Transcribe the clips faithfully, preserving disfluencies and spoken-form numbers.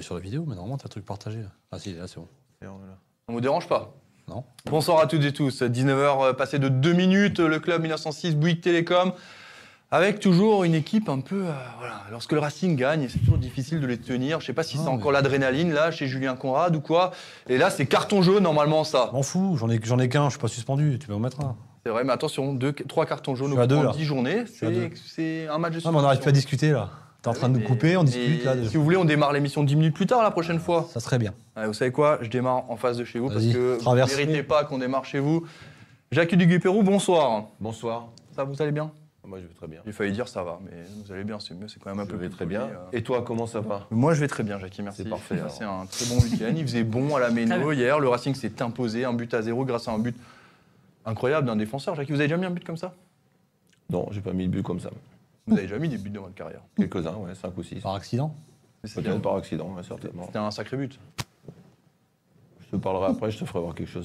aller sur la vidéo, mais normalement, t'as un truc partagé. Là. Ah si, là, c'est bon. On vous dérange pas? Non. Bonsoir à toutes et tous. dix-neuf heures passées de deux minutes, le club mille neuf cent six, Bouygues Télécom, avec toujours une équipe un peu... Euh, voilà. Lorsque le Racing gagne, c'est toujours difficile de les tenir. Je sais pas si c'est non, encore mais... l'adrénaline, là, chez Julien Conrad ou quoi. Et là, c'est carton jaune, normalement, ça. M'en fous, j'en ai, j'en ai qu'un, je suis pas suspendu, tu peux en mettre un. C'est vrai, mais attention, deux, trois cartons jaunes au bout de dix journées, c'est, c'est un match de suspension. Non, mais on n'arrive plus à discuter, là. T'es en train de nous couper, on discute, là. De... Si vous voulez, on démarre l'émission dix minutes plus tard, la prochaine fois. Ça serait bien. Ouais, vous savez quoi? Je démarre en face de chez vous, parce que traverse. vous ne méritez pas qu'on démarre chez vous. Jacques Duguay-Pérou, bonsoir. Bonsoir. Ça, vous allez bien? Moi, je vais très bien. J'ai failli dire ça va, mais vous allez bien, c'est mieux, c'est quand même un je peu vais plus très poli, bien. euh... Et toi, comment ça va? Moi, je vais très bien, Jackie, merci. C'est parfait. C'est un très bon week-end. Il faisait bon à la Méno hier. Le Racing s'est imposé, un but à zéro grâce à un but incroyable d'un défenseur. Jackie, vous avez déjà mis un but comme ça? Non, j'ai pas mis de but comme ça. Vous avez déjà mis des buts dans votre carrière? Quelques-uns, ouais, cinq ou six. Par accident? Peut-être par accident, ouais, certainement. C'était un sacré but. Je te parlerai après, je te ferai voir quelque chose.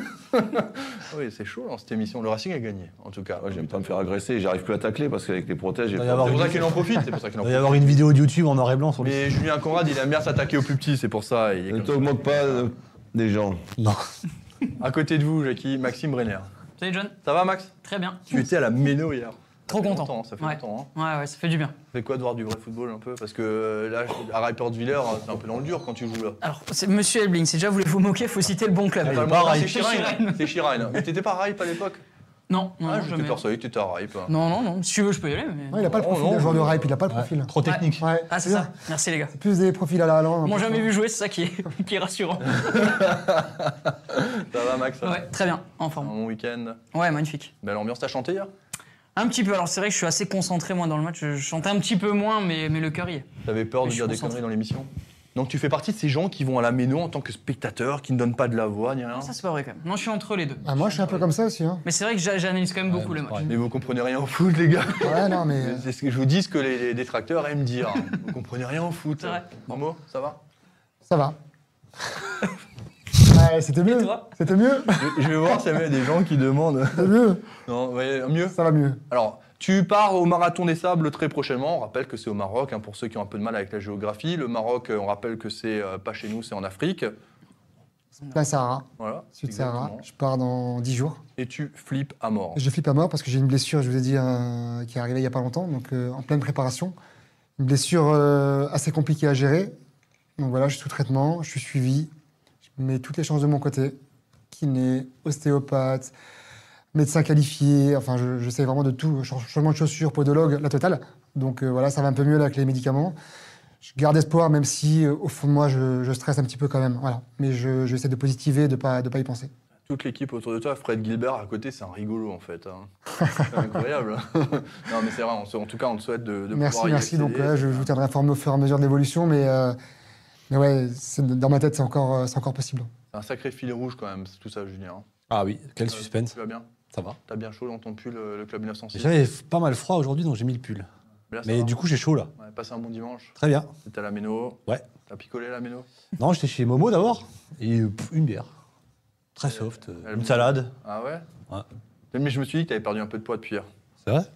Oui, c'est chaud dans cette émission. Le Racing a gagné, en tout cas. Ouais, j'aime pas me faire agresser, j'arrive plus à tacler parce qu'avec les protèges, j'ai C'est pas... pour ça qu'il en profite. C'est pour ça qu'il en Il va y avoir une vidéo de YouTube en noir et blanc sur le... Mais Julien Conrad, il aime bien s'attaquer aux plus petits, c'est pour ça. Il est ne t'augmente pas euh, des gens. Non. À côté de vous, Jackie, Maxime Brenner. Salut John. Ça va, Max? Très bien. Tu étais à la Méno hier. Trop content. Longtemps, ça fait ouais. longtemps. Hein. Ouais, ouais, ça fait du bien. Ça fait quoi de voir du vrai football un peu? Parce que là, à Rippertviller, c'est un peu dans le dur quand tu joues là. Alors, c'est Monsieur Elbling, c'est déjà vous voulez vous moquer, faut citer le bon club. Ah, pas c'est Chirine. C'est Chirine. Mais t'étais pas à Ripe à l'époque? Non, non, ah, non, je jamais. t'ai persuadé que t'étais à Ripe. Non, non, non. Si tu veux, je peux y aller. Mais... Ouais, il a pas le Oh, profil non, d'un joueur de non. Ripe, il a pas le profil. Ouais, trop technique. Ouais. Ah, c'est bien. ça. Merci les gars. C'est plus des profils à la Haaland. Ils m'ont jamais vu jouer, c'est ça qui est, qui est rassurant. Ça va, Max? Ouais, très bien, en Un forme. bon week-end. Ouais, magnifique. Belle ambiance. T'as chanté hier? Un petit peu, alors c'est vrai que je suis assez concentré moi dans le match, je chantais un petit peu moins, mais, mais le cœur y est. T'avais peur de Mais je dire suis des concentré. conneries dans l'émission? Donc tu fais partie de ces gens qui vont à la Méno en tant que spectateurs, qui ne donnent pas de la voix, ni rien? Ça, c'est pas vrai quand même. Non, je suis entre les deux. Ah, moi, je suis un peu comme ça aussi. Hein. Mais c'est vrai que j'a- j'analyse quand même beaucoup Ouais, le c'est match. pareil. Mais vous comprenez rien au foot, les gars. Ouais, non, mais. C'est ce que je vous dis, ce que les, les détracteurs aiment dire. Vous comprenez rien au foot. C'est vrai. Momo, ça va? Ça va. Ouais, c'était mieux. toi C'était mieux. je, je vais voir s'il y a des gens qui demandent. C'était mieux. Non, ouais, mieux. Ça va mieux. Alors, tu pars au Marathon des Sables très prochainement. On rappelle que c'est au Maroc, hein, pour ceux qui ont un peu de mal avec la géographie. Le Maroc, euh, on rappelle que c'est euh, pas chez nous, c'est en Afrique. Plein Sahara. Voilà. Sud Sahara. exactement. Je pars dans dix jours. Et tu flippes à mort. Je flippe à mort parce que j'ai une blessure, je vous ai dit, euh, qui est arrivée il n'y a pas longtemps, donc euh, en pleine préparation. Une blessure euh, assez compliquée à gérer. Donc voilà, je suis sous traitement, je suis suivi. Je mets toutes les chances de mon côté. Kiné, ostéopathe, médecin qualifié, enfin je- j'essaie vraiment de tout. Ch- Changement de chaussures, podologue, la totale. Donc euh, voilà, ça va un peu mieux là avec les médicaments. Je garde espoir, même si euh, au fond de moi je, je stresse un petit peu quand même. Voilà. Mais je- j'essaie de positiver, de ne pas, de pas y penser. Toute l'équipe autour de toi, Fred Gilbert à côté, c'est un rigolo en fait. hein. C'est incroyable. Non, mais c'est vrai, on se- en tout cas, on te souhaite de, de Merci, pouvoir y merci. Donc accéder. ouais, je, je vous tiendrai informé au fur et à mesure de l'évolution, mais, euh, mais ouais, c'est- dans ma tête, c'est encore, euh, c'est encore possible. C'est un sacré fil rouge quand même, tout ça, Julien. Ah oui, quel Euh, suspense. Tu vas bien? Ça va. T'as bien chaud dans ton pull, euh, le club mille neuf cent six? J'avais pas mal froid aujourd'hui, donc j'ai mis le pull. Là, ça Mais va du coup, j'ai chaud là. Ouais, passez un bon dimanche. Très bien. C'était à la Méno. Ouais. T'as picolé à la Méno? Non, j'étais chez Momo d'abord. Et euh, pff, une bière. Très soft. euh, elle une bouge. salade. Ah ouais? Ouais. Mais je me suis dit que t'avais perdu un peu de poids depuis hier. C'est vrai?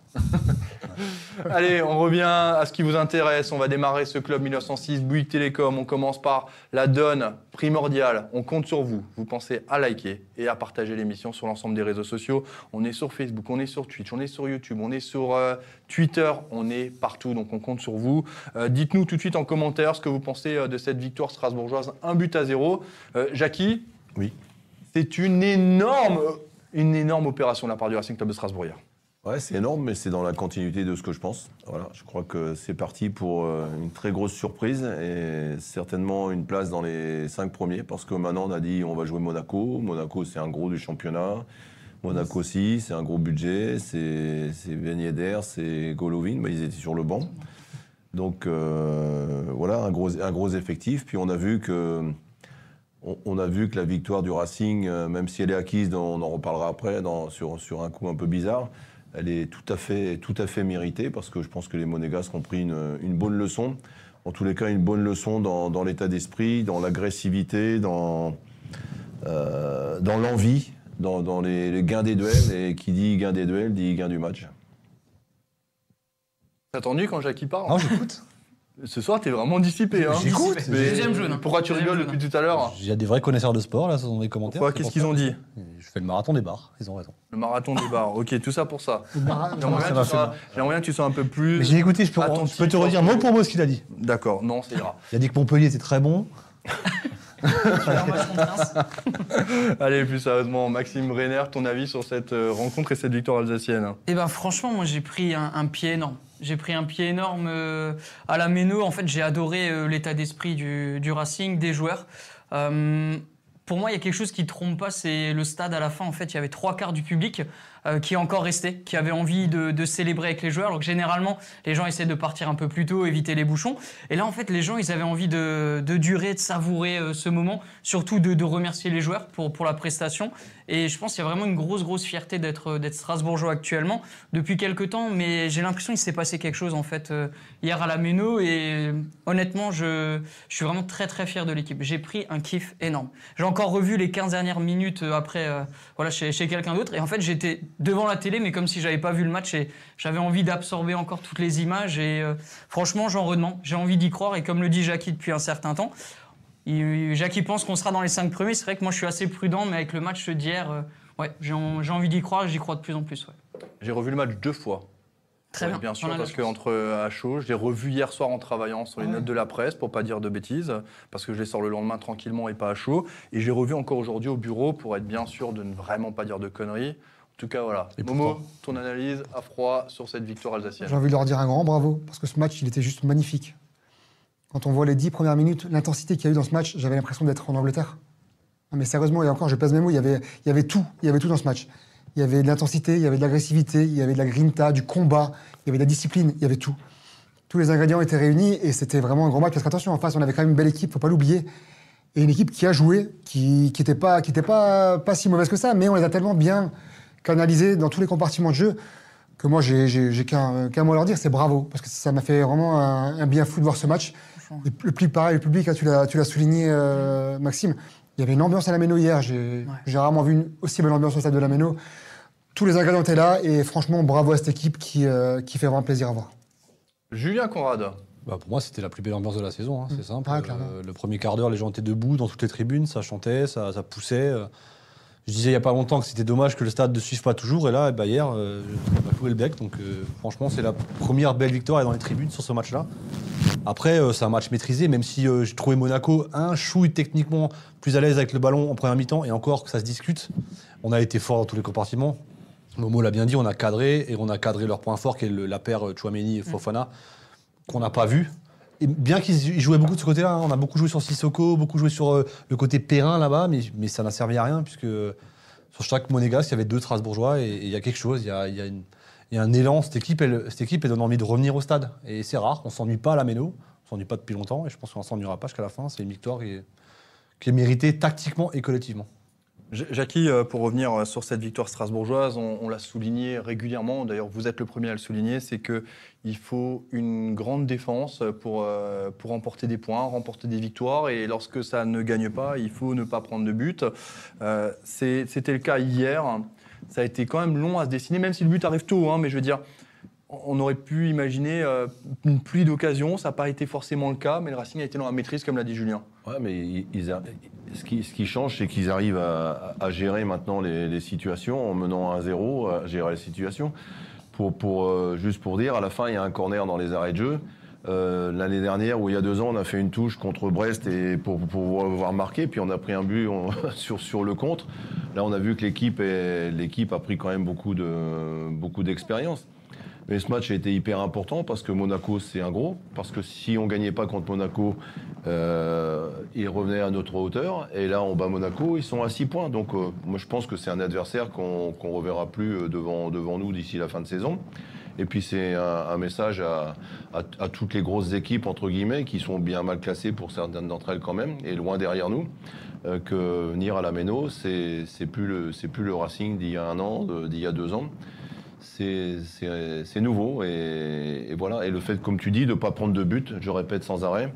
Allez, on revient à ce qui vous intéresse. On va démarrer ce club mille neuf cent six, Bouygues Télécom. On commence par la donne primordiale. On compte sur vous. Vous pensez à liker et à partager l'émission sur l'ensemble des réseaux sociaux. On est sur Facebook, on est sur Twitch, on est sur YouTube, on est sur euh, Twitter, on est partout. Donc on compte sur vous. Euh, dites-nous tout de suite en commentaire ce que vous pensez euh, de cette victoire strasbourgeoise, un but à zéro. Euh, Jackie? Oui. C'est une énorme, une énorme opération de la part du Racing Club de Strasbourg hier. Ouais, c'est énorme, mais c'est dans la continuité de ce que je pense. Voilà, je crois que c'est parti pour euh, une très grosse surprise et certainement une place dans les cinq premiers parce que maintenant on a dit on va jouer Monaco. Monaco, c'est un gros du championnat. Monaco aussi, c'est un gros budget. C'est c'est Ben Yedder, c'est Golovin, bah, ils étaient sur le banc. Donc euh, voilà, un gros, un gros effectif. Puis on a vu que on, on a vu que la victoire du Racing, euh, même si elle est acquise, dans- on en reparlera après, dans, sur, sur un coup un peu bizarre. Elle est tout à fait, tout à fait méritée parce que je pense que les Monégasques ont pris une, une bonne leçon. En tous les cas, une bonne leçon dans, dans l'état d'esprit, dans l'agressivité, dans, euh, dans l'envie, dans, dans les, les gains des duels. Et qui dit gain des duels, dit gain du match. T'as attendu quand Jackie parle? Non, j'écoute. Ce soir, t'es vraiment dissipé. Hein. J'écoute. Mais Deuxième jaune, hein. Pourquoi tu Deuxième rigoles jaune. depuis tout à l'heure? Il y a des vrais connaisseurs de sport là, dans les commentaires. Pourquoi c'est Qu'est-ce pour qu'ils ça. ont dit? Je fais le marathon des bars, ils ont raison. Le marathon des bars. Ok, tout ça pour ça. Mara- J'aimerais Ça bien, m'a que tu fait sois- mal. j'aimerais bien que tu sois un peu plus. Mais j'ai écouté, je peux, Attentif, je peux te redire mot pour mot ce qu'il a dit. D'accord, non, ça ira. Il a dit que Montpellier était très bon. Super match contre Reims. Allez, plus sérieusement, Maxime Brenner, ton avis sur cette euh, rencontre et cette victoire alsacienne? Eh ben franchement, moi j'ai pris un, un pied énorme. J'ai pris un pied énorme euh, à la Méno. En fait, j'ai adoré euh, l'état d'esprit du, du Racing, des joueurs. Euh, pour moi, il y a quelque chose qui ne trompe pas, c'est le stade à la fin. En fait, il y avait trois quarts du public euh, qui est encore resté, qui avait envie de, de célébrer avec les joueurs. Donc généralement, les gens essaient de partir un peu plus tôt, éviter les bouchons. Et là, en fait, les gens, ils avaient envie de, de durer, de savourer euh, ce moment, surtout de, de remercier les joueurs pour, pour la prestation. Et je pense qu'il y a vraiment une grosse, grosse fierté d'être, d'être strasbourgeois actuellement depuis quelques temps. Mais j'ai l'impression qu'il s'est passé quelque chose, en fait, euh, hier à la Méno. Et honnêtement, je, je suis vraiment très, très fier de l'équipe. J'ai pris un kiff énorme. J'ai encore revu les quinze dernières minutes après, euh, voilà, chez, chez quelqu'un d'autre. Et en fait, j'étais devant la télé, mais comme si j'avais pas vu le match. Et j'avais envie d'absorber encore toutes les images. Et euh, franchement, j'en redemande. J'ai envie d'y croire. Et comme le dit Jackie depuis un certain temps, il, Jackie pense qu'on sera dans les cinq premiers. C'est vrai que moi, je suis assez prudent, mais avec le match d'hier, euh, ouais, j'ai, en, j'ai envie d'y croire et j'y crois de plus en plus. Ouais. J'ai revu le match deux fois. Très Ouais, bien. Bien sûr, On a la parce chance. qu'entre à chaud, je l'ai revu hier soir en travaillant sur les Ah ouais. notes de la presse, pour pas dire de bêtises, parce que je les sors le lendemain tranquillement et pas à chaud. Et j'ai revu encore aujourd'hui au bureau pour être bien sûr de ne vraiment pas dire de conneries. En tout cas, voilà. Et Momo, pourtant. ton analyse à froid sur cette victoire alsacienne. J'ai envie de leur dire un grand bravo, parce que ce match, il était juste magnifique. Quand on voit les dix premières minutes, l'intensité qu'il y a eu dans ce match, j'avais l'impression d'être en Angleterre. Non, mais sérieusement, et encore, je pèse mes mots, il y avait, il y avait tout. Il y avait tout dans ce match. Il y avait de l'intensité, il y avait de l'agressivité, il y avait de la grinta, du combat, il y avait de la discipline, il y avait tout. Tous les ingrédients étaient réunis et c'était vraiment un grand match. Parce qu'attention, en face, on avait quand même une belle équipe, faut pas l'oublier. Et une équipe qui a joué, qui qui était pas, qui était pas, pas si mauvaise que ça, mais on les a tellement bien canalisés dans tous les compartiments de jeu que moi, j'ai, j'ai, j'ai qu'un, qu'un mot à leur dire, c'est bravo. Parce que ça m'a fait vraiment un, un bien fou de voir ce match. Et le plus pareil, le public, hein, tu l'as, tu l'as souligné, euh, Maxime. Il y avait une ambiance à la Méno hier. J'ai, j'ai rarement vu une aussi belle ambiance au stade de la Méno. Tous les ingrédients étaient là et franchement, bravo à cette équipe qui, euh, qui fait vraiment plaisir à voir. Julien Conrad. Bah, pour moi, c'était la plus belle ambiance de la saison, hein, c'est simple. Ah, clairement. Euh, le premier quart d'heure, les gens étaient debout dans toutes les tribunes, ça chantait, ça, ça poussait. euh. Je disais il n'y a pas longtemps que c'était dommage que le stade ne suive pas toujours, et là, bah, hier, euh, on a cloué le bec. Donc, euh, franchement, c'est la première belle victoire dans les tribunes sur ce match-là. Après, euh, c'est un match maîtrisé, même si euh, j'ai trouvé Monaco un chouille techniquement plus à l'aise avec le ballon en première mi-temps, et encore que ça se discute. On a été fort dans tous les compartiments. Momo l'a bien dit, on a cadré, et on a cadré leur point fort, qui est le- la paire euh, Tchouaméni et Fofana, qu'on n'a pas vu. Et bien qu'ils jouaient beaucoup de ce côté-là, hein, on a beaucoup joué sur Sissoko, beaucoup joué sur euh, le côté Perrin là-bas, mais, mais ça n'a servi à rien, puisque euh, sur chaque Monégasque, il y avait deux Strasbourgeois, et et il y a quelque chose, il y a, il y a une- il y a un élan. Cette équipe, elle, cette équipe, elle donne envie de revenir au stade. Et c'est rare, on ne s'ennuie pas à la Méno, on ne s'ennuie pas depuis longtemps, et je pense qu'on ne s'ennuiera pas jusqu'à la fin. C'est une victoire qui est, qui est méritée tactiquement et collectivement. J- Jackie, euh, pour revenir euh, sur cette victoire strasbourgeoise, on, on l'a souligné régulièrement, d'ailleurs vous êtes le premier à le souligner, c'est qu'il faut une grande défense pour, euh, pour remporter des points, remporter des victoires, et lorsque ça ne gagne pas, il faut ne pas prendre de but. Euh, c'est- C'était le cas hier, ça a été quand même long à se dessiner, même si le but arrive tôt, hein, mais je veux dire, on aurait pu imaginer euh, une pluie d'occasions, ça n'a pas été forcément le cas, mais le Racing a été dans la maîtrise, comme l'a dit Julien. Ouais, mais ils- ils a- ce, qui, ce qui change, c'est qu'ils arrivent à, à gérer maintenant les, les situations en menant un zéro, à gérer les situations. Pour, pour, euh, juste pour dire, à la fin, il y a un corner dans les arrêts de jeu. Euh, L'année dernière, ou il y a deux ans, on a fait une touche contre Brest et pour, pour pouvoir marquer, puis on a pris un but on- sur, sur le contre. Là, on a vu que l'équipe est- l'équipe a pris quand même beaucoup de- beaucoup d'expérience. Mais ce match a été hyper important parce que Monaco, c'est un gros. Parce que si on ne gagnait pas contre Monaco, euh, ils revenaient à notre hauteur. Et là, on bat Monaco, ils sont à six points. Donc, euh, moi, je pense que c'est un adversaire qu'on ne reverra plus devant, devant nous d'ici la fin de saison. Et puis, c'est un, un message à, à, à toutes les grosses équipes, entre guillemets, qui sont bien mal classées pour certaines d'entre elles quand même, et loin derrière nous, euh, que venir à la Méno, c'est c'est plus, le- c'est plus le Racing d'il y a un an, de- d'il y a deux ans. C'est c'est- c'est nouveau et, et voilà. Et le fait, comme tu dis, de ne pas prendre de but, je répète sans arrêt,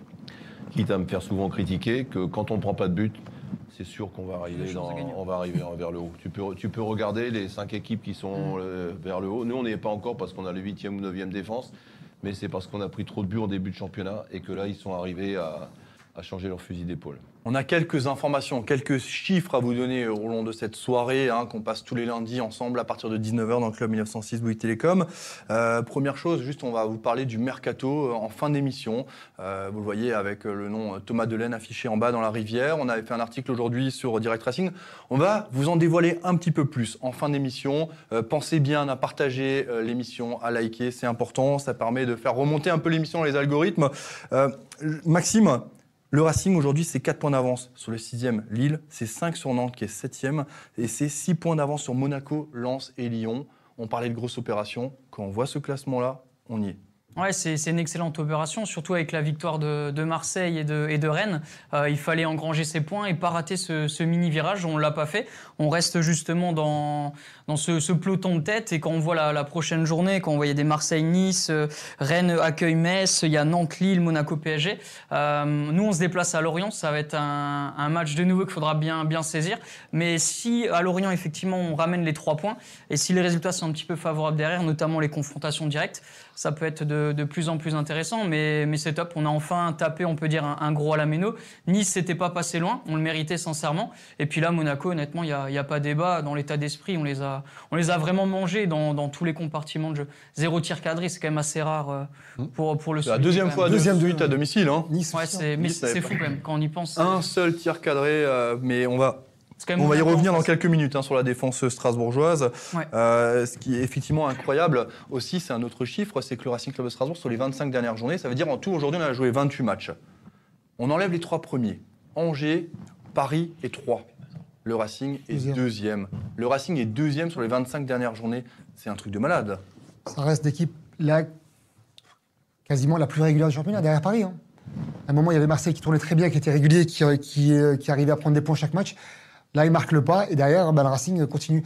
quitte à me faire souvent critiquer, que quand on ne prend pas de but, c'est sûr qu'on va arriver, chances dans, de gagner. on va arriver vers le haut. Tu peux, tu peux regarder les cinq équipes qui sont euh, vers le haut. Nous, on n'y est pas encore parce qu'on a le huitième ou neuvième défense. mais c'est parce qu'on a pris trop de buts en début de championnat et que là, ils sont arrivés à, à changer leur fusil d'épaule. On a quelques informations, quelques chiffres à vous donner au long de cette soirée hein, qu'on passe tous les lundis ensemble à partir de dix-neuf heures dans le Club mille neuf cent six Bouygues Télécom. Euh, première chose, juste on va vous parler du mercato en fin d'émission. Euh, vous le voyez avec le nom Thomas Delaine affiché en bas dans la rivière. On avait fait un article aujourd'hui sur Direct Racing. On va vous en dévoiler un petit peu plus en fin d'émission. Euh, pensez bien à partager euh, l'émission, à liker, c'est important. Ça permet de faire remonter un peu l'émission dans les algorithmes. Euh, Maxime, le Racing, aujourd'hui, c'est quatre points d'avance sur le sixième Lille, c'est cinq sur Nantes qui est septième, et c'est six points d'avance sur Monaco, Lens et Lyon. On parlait de grosses opérations. Quand on voit ce classement-là, on y est. Ouais, c'est, c'est une excellente opération, surtout avec la victoire de, de Marseille et de, et de Rennes. Euh, il fallait engranger ses points et pas rater ce, ce mini-virage. On ne l'a pas fait. On reste justement dans, dans ce, ce peloton de tête. Et quand on voit la, la prochaine journée, quand on voyait des Marseille-Nice, euh, Rennes accueille Metz, il y a Nantes-Lille, Monaco-P S G. Euh, nous, on se déplace à Lorient. Ça va être un, un match de nouveau qu'il faudra bien, bien saisir. Mais si à Lorient, effectivement, on ramène les trois points, et si les résultats sont un petit peu favorables derrière, notamment les confrontations directes, ça peut être de, de plus en plus intéressant, mais, mais c'est top. On a enfin tapé, on peut dire, un, un gros à la Méno. Nice, c'était pas passé loin, on le méritait sincèrement. Et puis là, Monaco, honnêtement, il n'y a, y a pas débat. Dans l'état d'esprit, on les a, on les a vraiment mangés dans, dans tous les compartiments de jeu. Zéro tir cadré, c'est quand même assez rare euh, pour, pour le C'est la Sud, deuxième quand fois même. de Deuxième suite de- à domicile. Hein. Nice. Ouais, aussi, c'est, mais Nice c'est, n'avait c'est pas. fou quand même, quand on y pense. Un seul tir cadré, euh, mais on va... c'est quand même On va y Monaco en revenir dans face. quelques minutes hein, sur la défense strasbourgeoise. Ouais. Euh, ce qui est effectivement incroyable aussi, c'est un autre chiffre, c'est que le Racing Club de Strasbourg, sur les vingt-cinq dernières journées, ça veut dire en tout, aujourd'hui, on a joué vingt-huit matchs. On enlève les trois premiers. Angers, Paris et Troyes. Le Racing est Deuxième. deuxième. Le Racing est deuxième sur les vingt-cinq dernières journées. C'est un truc de malade. Ça reste l'équipe là, quasiment la plus régulière du championnat, derrière Paris. Hein. À un moment, il y avait Marseille qui tournait très bien, qui était régulier, qui, qui, euh, qui arrivait à prendre des points chaque match. Là, il marque le pas, et derrière, ben, le Racing continue.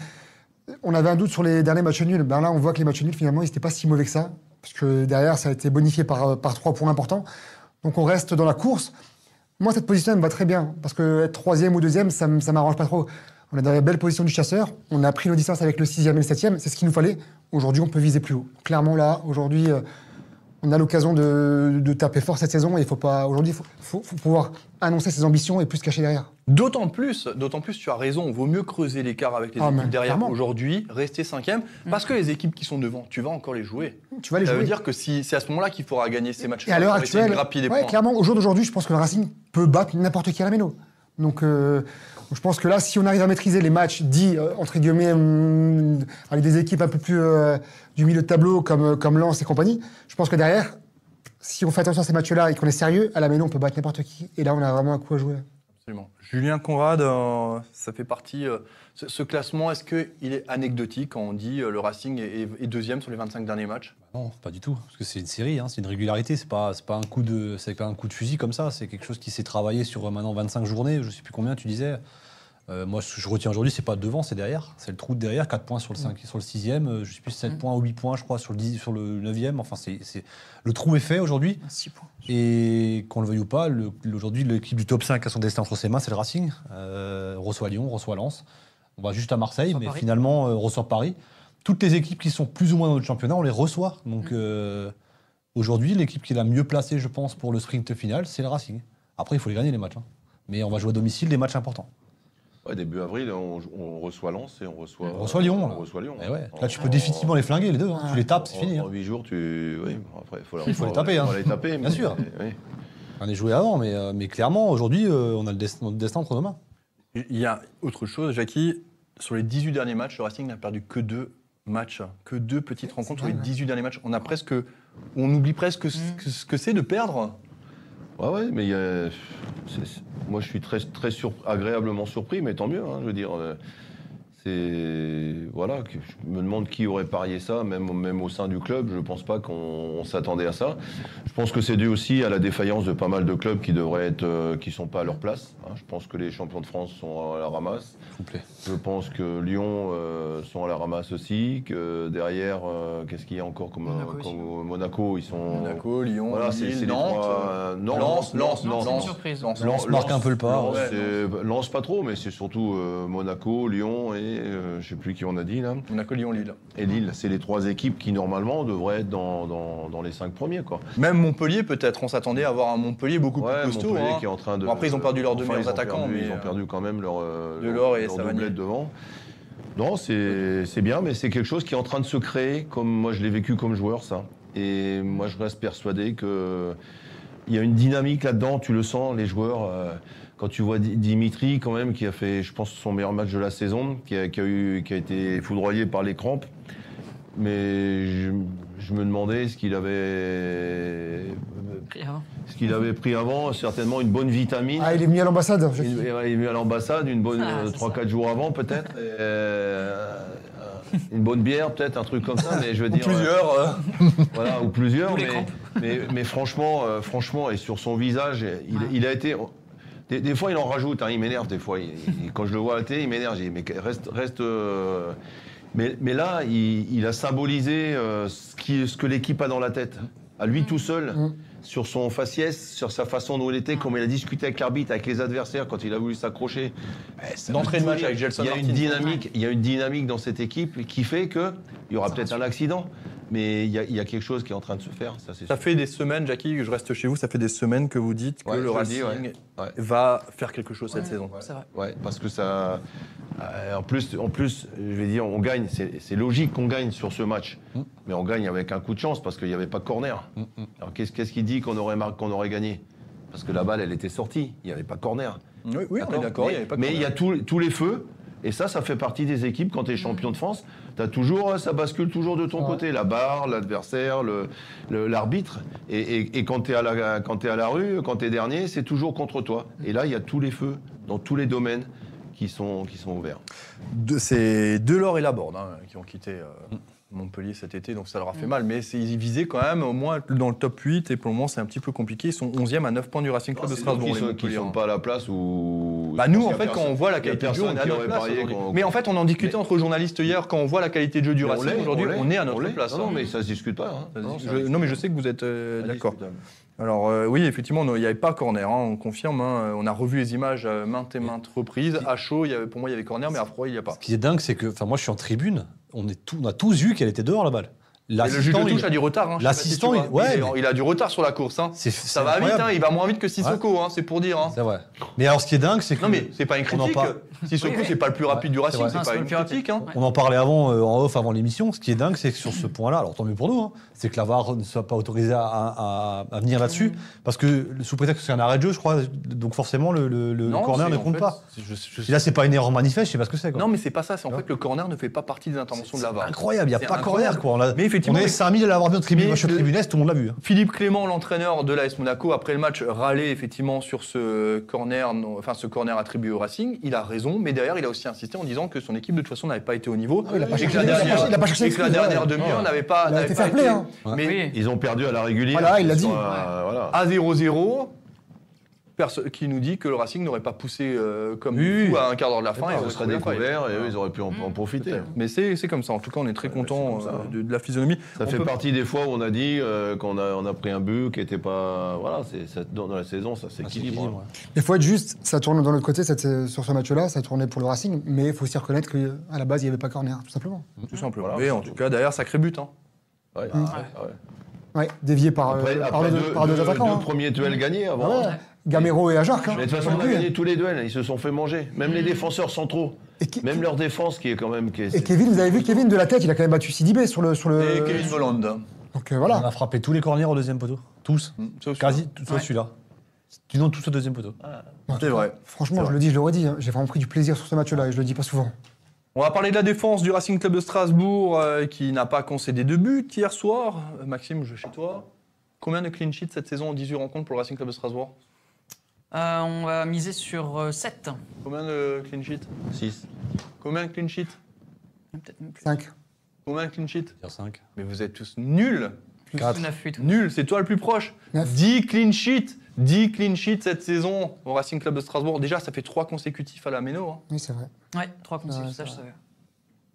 On avait un doute sur les derniers matchs nuls. Ben, là, on voit que les matchs nuls, finalement, ils n'étaient pas si mauvais que ça, parce que derrière, ça a été bonifié par, par trois points importants. Donc, on reste dans la course. Moi, cette position, elle me va très bien, parce que être troisième ou deuxième, ça ne m'arrange pas trop. On est dans la belle position du chasseur. On a pris nos distances avec le sixième et le septième. C'est ce qu'il nous fallait. Aujourd'hui, on peut viser plus haut. Clairement, là, aujourd'hui, euh, on a l'occasion de, de taper fort cette saison. Et il faut pas. Aujourd'hui, il faut, faut- faut pouvoir annoncer ses ambitions et plus se cacher derrière. D'autant plus, d'autant plus, tu as raison, il vaut mieux creuser l'écart avec les Ah, équipes mais derrière clairement. aujourd'hui, rester cinquième, parce que les équipes qui sont devant, tu vas encore les jouer. Tu vas les Ça jouer. veut dire que si, c'est à ce moment-là qu'il faudra gagner ces Et matchs-là à l'heure pour essayer de actuelle, grappiller des ouais, points. clairement, au jour d'aujourd'hui, je pense que le Racing peut battre n'importe qui à la Méno. Donc, euh, je pense que là, si on arrive à maîtriser les matchs dits, euh, entre guillemets, hum, avec des équipes un peu plus euh, du milieu de tableau, comme, comme Lens et compagnie, je pense que derrière, si on fait attention à ces matchs-là et qu'on est sérieux, à la Méno, on peut battre n'importe qui. Et là, on a vraiment un coup à jouer. Absolument. Julien Conrad, euh, ça fait partie. euh, ce, ce classement, est-ce qu'il est anecdotique quand on dit euh, le Racing est, est- est deuxième sur les vingt-cinq derniers matchs? Non, pas du tout, parce que c'est une série, hein, c'est une régularité, c'est pas, c'est pas un coup de, c'est pas un coup de fusil comme ça, c'est quelque chose qui s'est travaillé sur euh, maintenant vingt-cinq journées, je sais plus combien tu disais. Euh, moi, ce que je retiens aujourd'hui, c'est pas devant, c'est derrière, c'est le trou de derrière, quatre points sur le cinq, sur le sixième, euh, je sais plus sept Mm. points ou huit points, je crois, sur le dix, sur le neuvième. Enfin, c'est, c'est le trou est fait aujourd'hui. Six points. Et qu'on le veuille ou pas, le- aujourd'hui, l'équipe du top cinq a son destin entre ses mains, c'est le Racing. Euh, reçoit Lyon, reçoit Lens. On va juste à Marseille, Reçoit mais Paris. finalement, euh, reçoit Paris. Toutes les équipes qui sont plus ou moins dans notre championnat, on les reçoit. Donc euh, aujourd'hui, l'équipe qui est la mieux placée, je pense, pour le sprint final, c'est le Racing. Après, il faut les gagner, les matchs. hein. Mais on va jouer à domicile des matchs importants. Ouais, début avril, on, on reçoit Lens et on reçoit, On reçoit Lyon, là. On reçoit Lyon. Eh ouais. En- Là, tu peux en- définitivement les flinguer, les deux. hein. Tu les tapes, c'est en- fini. hein. En huit jours, tu. Oui, bon, après, faut, Il faut les taper, Faut hein. les taper, Bien mais- sûr. oui. On est joué avant, mais, euh, mais clairement, aujourd'hui, euh, on a le destin, notre destin entre nos mains. Il y a autre chose, Jackie. Sur les dix-huit derniers matchs, le Racing n'a perdu que deux matchs, que deux petites rencontres sur les dingue, ouais. dix-huit derniers matchs. On a presque, on oublie presque ce Mm. que- ce que c'est de perdre. Ouais, ouais, mais il y a- c'est- c'est- moi je suis très, très sur- agréablement surpris, mais tant mieux, hein, je veux dire. euh, C'est. Voilà, que je me demande qui aurait parié ça, même, même au sein du club, je pense pas qu'on on s'attendait à ça. Je pense que c'est dû aussi à la défaillance de pas mal de clubs qui devraient être. euh, qui sont pas à leur place. hein. Je pense que les champions de France sont à la ramasse. S'il vous plaît. Je pense que Lyon euh, sont à la ramasse aussi, que derrière, euh, qu'est-ce qu'il y a encore comme Monaco comme- aussi. Monaco, ils sont. Monaco, Lyon, Voilà, c'est c'est Lille, les Nantes. trois, euh, non, Lens, Lens, Lens, c'est une Lens, surprise. Lens, Lens marque un peu le pas. Lens, Ouais, c'est- Lens pas trop, mais c'est surtout euh, Monaco, Lyon et euh, je ne sais plus qui on a dit là. Monaco, Lyon, Lille. Et Lille, c'est les trois équipes qui normalement devraient être dans, dans, dans les cinq premiers. Quoi. Même Montpellier, peut-être. On s'attendait à avoir un Montpellier beaucoup Ouais, plus costaud. Montpellier hein. qui est en train de. Bon, après, ils ont perdu leurs deux enfin, meilleurs ils ont attaquants, perdu- mais, Ils ont euh, perdu quand même leur, euh, Delors et leur Savanier. doublette devant. Non, c'est c'est bien, mais c'est quelque chose qui est en train de se créer, comme moi je l'ai vécu comme joueur, ça. Et moi, je reste persuadé que il y a une dynamique là-dedans, tu le sens, les joueurs. euh, Quand tu vois Di- Dimitri, quand même, qui a fait, je pense, son meilleur match de la saison, qui a, qui a eu, qui a été foudroyé par les crampes. Mais je, je me demandais ce qu'il avait, Pris avant. ce qu'il avait pris avant, certainement une bonne vitamine. Ah, il est venu à l'ambassade. je- Il, il est venu à l'ambassade une bonne Ah, euh, c'est trois ça. quatre jours avant peut-être. Et, euh, une bonne bière peut-être, un truc comme ça. Mais je veux dire, Plusieurs. euh, euh, voilà, ou plusieurs. Ou les Mais, crampes. mais, mais franchement, euh, franchement, et sur son visage, il, Ouais. il a été. Des, des fois, il en rajoute. Hein, il m'énerve des fois. Il- il- quand je le vois à la télé, il m'énerve. Je dis, mais reste, reste. euh, mais, mais là, il, il a symbolisé euh, ce, qui, ce que l'équipe a dans la tête. À lui tout seul, Mm. sur son faciès, sur sa façon dont il était, comment il a discuté avec l'arbitre, avec les adversaires quand il a voulu s'accrocher. Eh, ça D'entrée de veut match dire- avec Gelson Il y a une Martin. dynamique, il y a une dynamique dans cette équipe qui fait que il y aura peut-être un accident, mais il y, a, il y a quelque chose qui est en train de se faire. Ça, c'est Ça sûr. fait des semaines, Jackie, que je reste chez vous, ça fait des semaines que vous dites que Ouais, le je le Racing dis, ouais. Ouais. va faire quelque chose cette Ouais. saison. C'est vrai. Ouais, parce que ça. euh, en plus, en plus, je vais dire, on gagne. C'est c'est logique qu'on gagne sur ce match, Mm. mais on gagne avec un coup de chance parce qu'il n'y avait pas de corner. Mm, mm. Alors qu'est-ce qu'est-ce qui dit qu'on aurait mar- qu'on aurait gagné? Parce que la balle, elle était sortie. Il n'y avait pas de corner. Oui, oui, on est d'accord, il Mais n'y avait pas de mais il y a corner. tous tous les feux. Et ça, ça fait partie des équipes. Quand tu es champion de France, t'as toujours, ça bascule toujours de ton Ouais. côté. La barre, l'adversaire, le- le- l'arbitre. Et, et- et quand tu es à la, quand t'es à la rue, quand tu es dernier, c'est toujours contre toi. Et là, il y a tous les feux dans tous les domaines qui sont, qui sont ouverts. De- C'est Delors et Laborde hein, qui ont quitté euh, Montpellier cet été, donc ça leur a fait mal. Mais c'est- ils visaient quand même au moins dans le top huit, et pour le moment c'est un petit peu compliqué. Ils sont onzième à neuf points du Racing Club de Strasbourg. Qui les sont, qui Montpellier, sont hein. pas à la place où. Bah je nous, pense en qu'il y a fait, quand personne- on voit la il y a qualité de jeu, on est personne à qui notre aurait place parié aujourd'hui. qu'on- Mais en fait, on en discutait entre journalistes hier, quand on voit la qualité de jeu du Mais on Racing l'est, aujourd'hui, l'est, on est à notre l'est. place. Non, non, hein. mais ça se discute pas. hein. Ça se Non, dit- ça je- se non, mais je sais que vous êtes euh, discute. d'accord. Indiscutable. Alors euh, oui, effectivement, non, il n'y avait pas corner, hein, on confirme. hein. On a revu les images euh, maintes et maintes reprises. À chaud, il y avait- pour moi, il y avait corner, mais à froid, il n'y a pas. Ce qui est dingue, c'est que, enfin, moi, je suis en tribune. On, est tout, on a tous vu qu'elle était dehors la balle. Et le juge de L'assistant, touche il- a du retard. hein, je sais pas si l'assistant, tu il- vois. ouais, il, est- mais- il a du retard sur la course. hein. c'est- Ça c'est va vite, incroyable. hein, il va moins vite que Sissoko, hein, c'est pour dire. hein. C'est vrai. Mais alors, ce qui est dingue, c'est que. Non mais c'est pas une On en critique. parle. Sissoko, Oui, oui. c'est pas le plus rapide du Racing, vrai. c'est Non, pas c'est une le plus rapide. critique. hein. Ouais. On en parlait avant, euh, en off, avant l'émission. Ce qui est dingue, c'est que sur ce point-là, alors tant mieux pour nous, hein, c'est que la V A R ne soit pas autorisée à, à- à venir là-dessus, parce que sous prétexte que c'est un arrêt de jeu, je crois, donc forcément le, le- le Non, corner c'est- ne en compte fait, pas. c'est- je- je- Si là, c'est pas une erreur manifeste, je sais pas ce que c'est. quoi. Non mais c'est pas ça, c'est en Non. fait le corner ne fait pas partie des interventions de la V A R. Incroyable, il n'y a C'est pas de incroyable. corner. Quoi. On, l'a- Mais effectivement, on est mais- cinq mille à l'avoir vu en tribune, mais match de le- tribune Est, tout le monde l'a vu. hein. Philippe Clément, l'entraîneur de l'A S Monaco, après le match, râlait effectivement sur ce corner, non- enfin ce corner attribué au Racing. Il a raison, mais derrière, il a aussi insisté en disant que son équipe de toute façon n'avait pas été au niveau. Ah, il a pas et que cherché- la il a pas dernière, cherché- il a pas cherché et que la l'excuse, dernière ouais. demi-heure Ouais. n'avait pas, Il a n'avait été pas fair play, été. hein. Mais Oui. Ils ont perdu à la régulière. Voilà, il l'a Ils dit. sont à- voilà. à zéro zéro, perso- qui nous dit que le Racing n'aurait pas poussé euh, comme Oui, fou oui. à un quart d'heure de la fin. et Ils aurait seraient trouvé la faille. découverts et eux, ils auraient pu en, en profiter. Peut-être. Mais c'est c'est comme ça. En tout cas, on est très Ouais, content c'est comme ça, euh, hein. de, de la physionomie. Ça On fait peut- partie des fois où on a dit euh, qu'on a, on a pris un but qui n'était pas. Voilà, c'est, ça- dans, dans la saison, ça Ah, c'est s'équilibre. équilibre, hein. ouais. Il faut être juste, ça tourne de notre côté cette- sur ce match-là, ça tournait pour le Racing, mais il faut aussi reconnaître qu'à la base, il n'y avait pas corner, tout simplement. Tout simplement. Voilà, Mais en surtout. tout cas, derrière, sacré but. hein. Ouais. Mm. Ah ouais. Ouais, dévié par, euh, Après, par après deux, deux, par deux deux- attaquants. deux hein. premiers duels gagnés Ah avant. ouais. hein. Gamero et Ajarc. hein. Mais de toute façon, on a Plus. gagné tous les duels. Ils se sont fait manger. Même les défenseurs centraux. Et, Ke- Même leur défense qui est quand même. Qui est- et Kevin, vous avez vu Kevin de la tête, il a quand même battu Sidibé sur le. Sur le Et Kevin Volland. Donc euh, On voilà. a frappé tous les corners au deuxième poteau. Tous. Mm, sauf Quasi, sauf Ouais. celui-là. Sinon, tous au deuxième poteau. C'est vrai. Franchement, C'est je le dis, je le redis, hein, j'ai vraiment pris du plaisir sur ce match-là et je le dis pas souvent. On va parler de la défense du Racing Club de Strasbourg euh, qui n'a pas concédé de but hier soir. Euh, Maxime, je vais chez toi. Combien de clean sheets cette saison en dix-huit rencontres pour le Racing Club de Strasbourg? Euh, on va miser sur euh, sept. Combien de clean sheets? six. Combien de clean sheets? Peut-être même plus. cinq. Combien de clean sheets? cinq. Mais vous êtes tous nuls. quatre. neuf, huit. Nuls, c'est toi le plus proche. Neuf. dix clean sheets. dix clean sheets cette saison au Racing Club de Strasbourg. Déjà, ça fait trois consécutifs à la Méno. hein. Oui, c'est vrai. Ouais, trois consécutifs, Ouais, ça je c'est savais.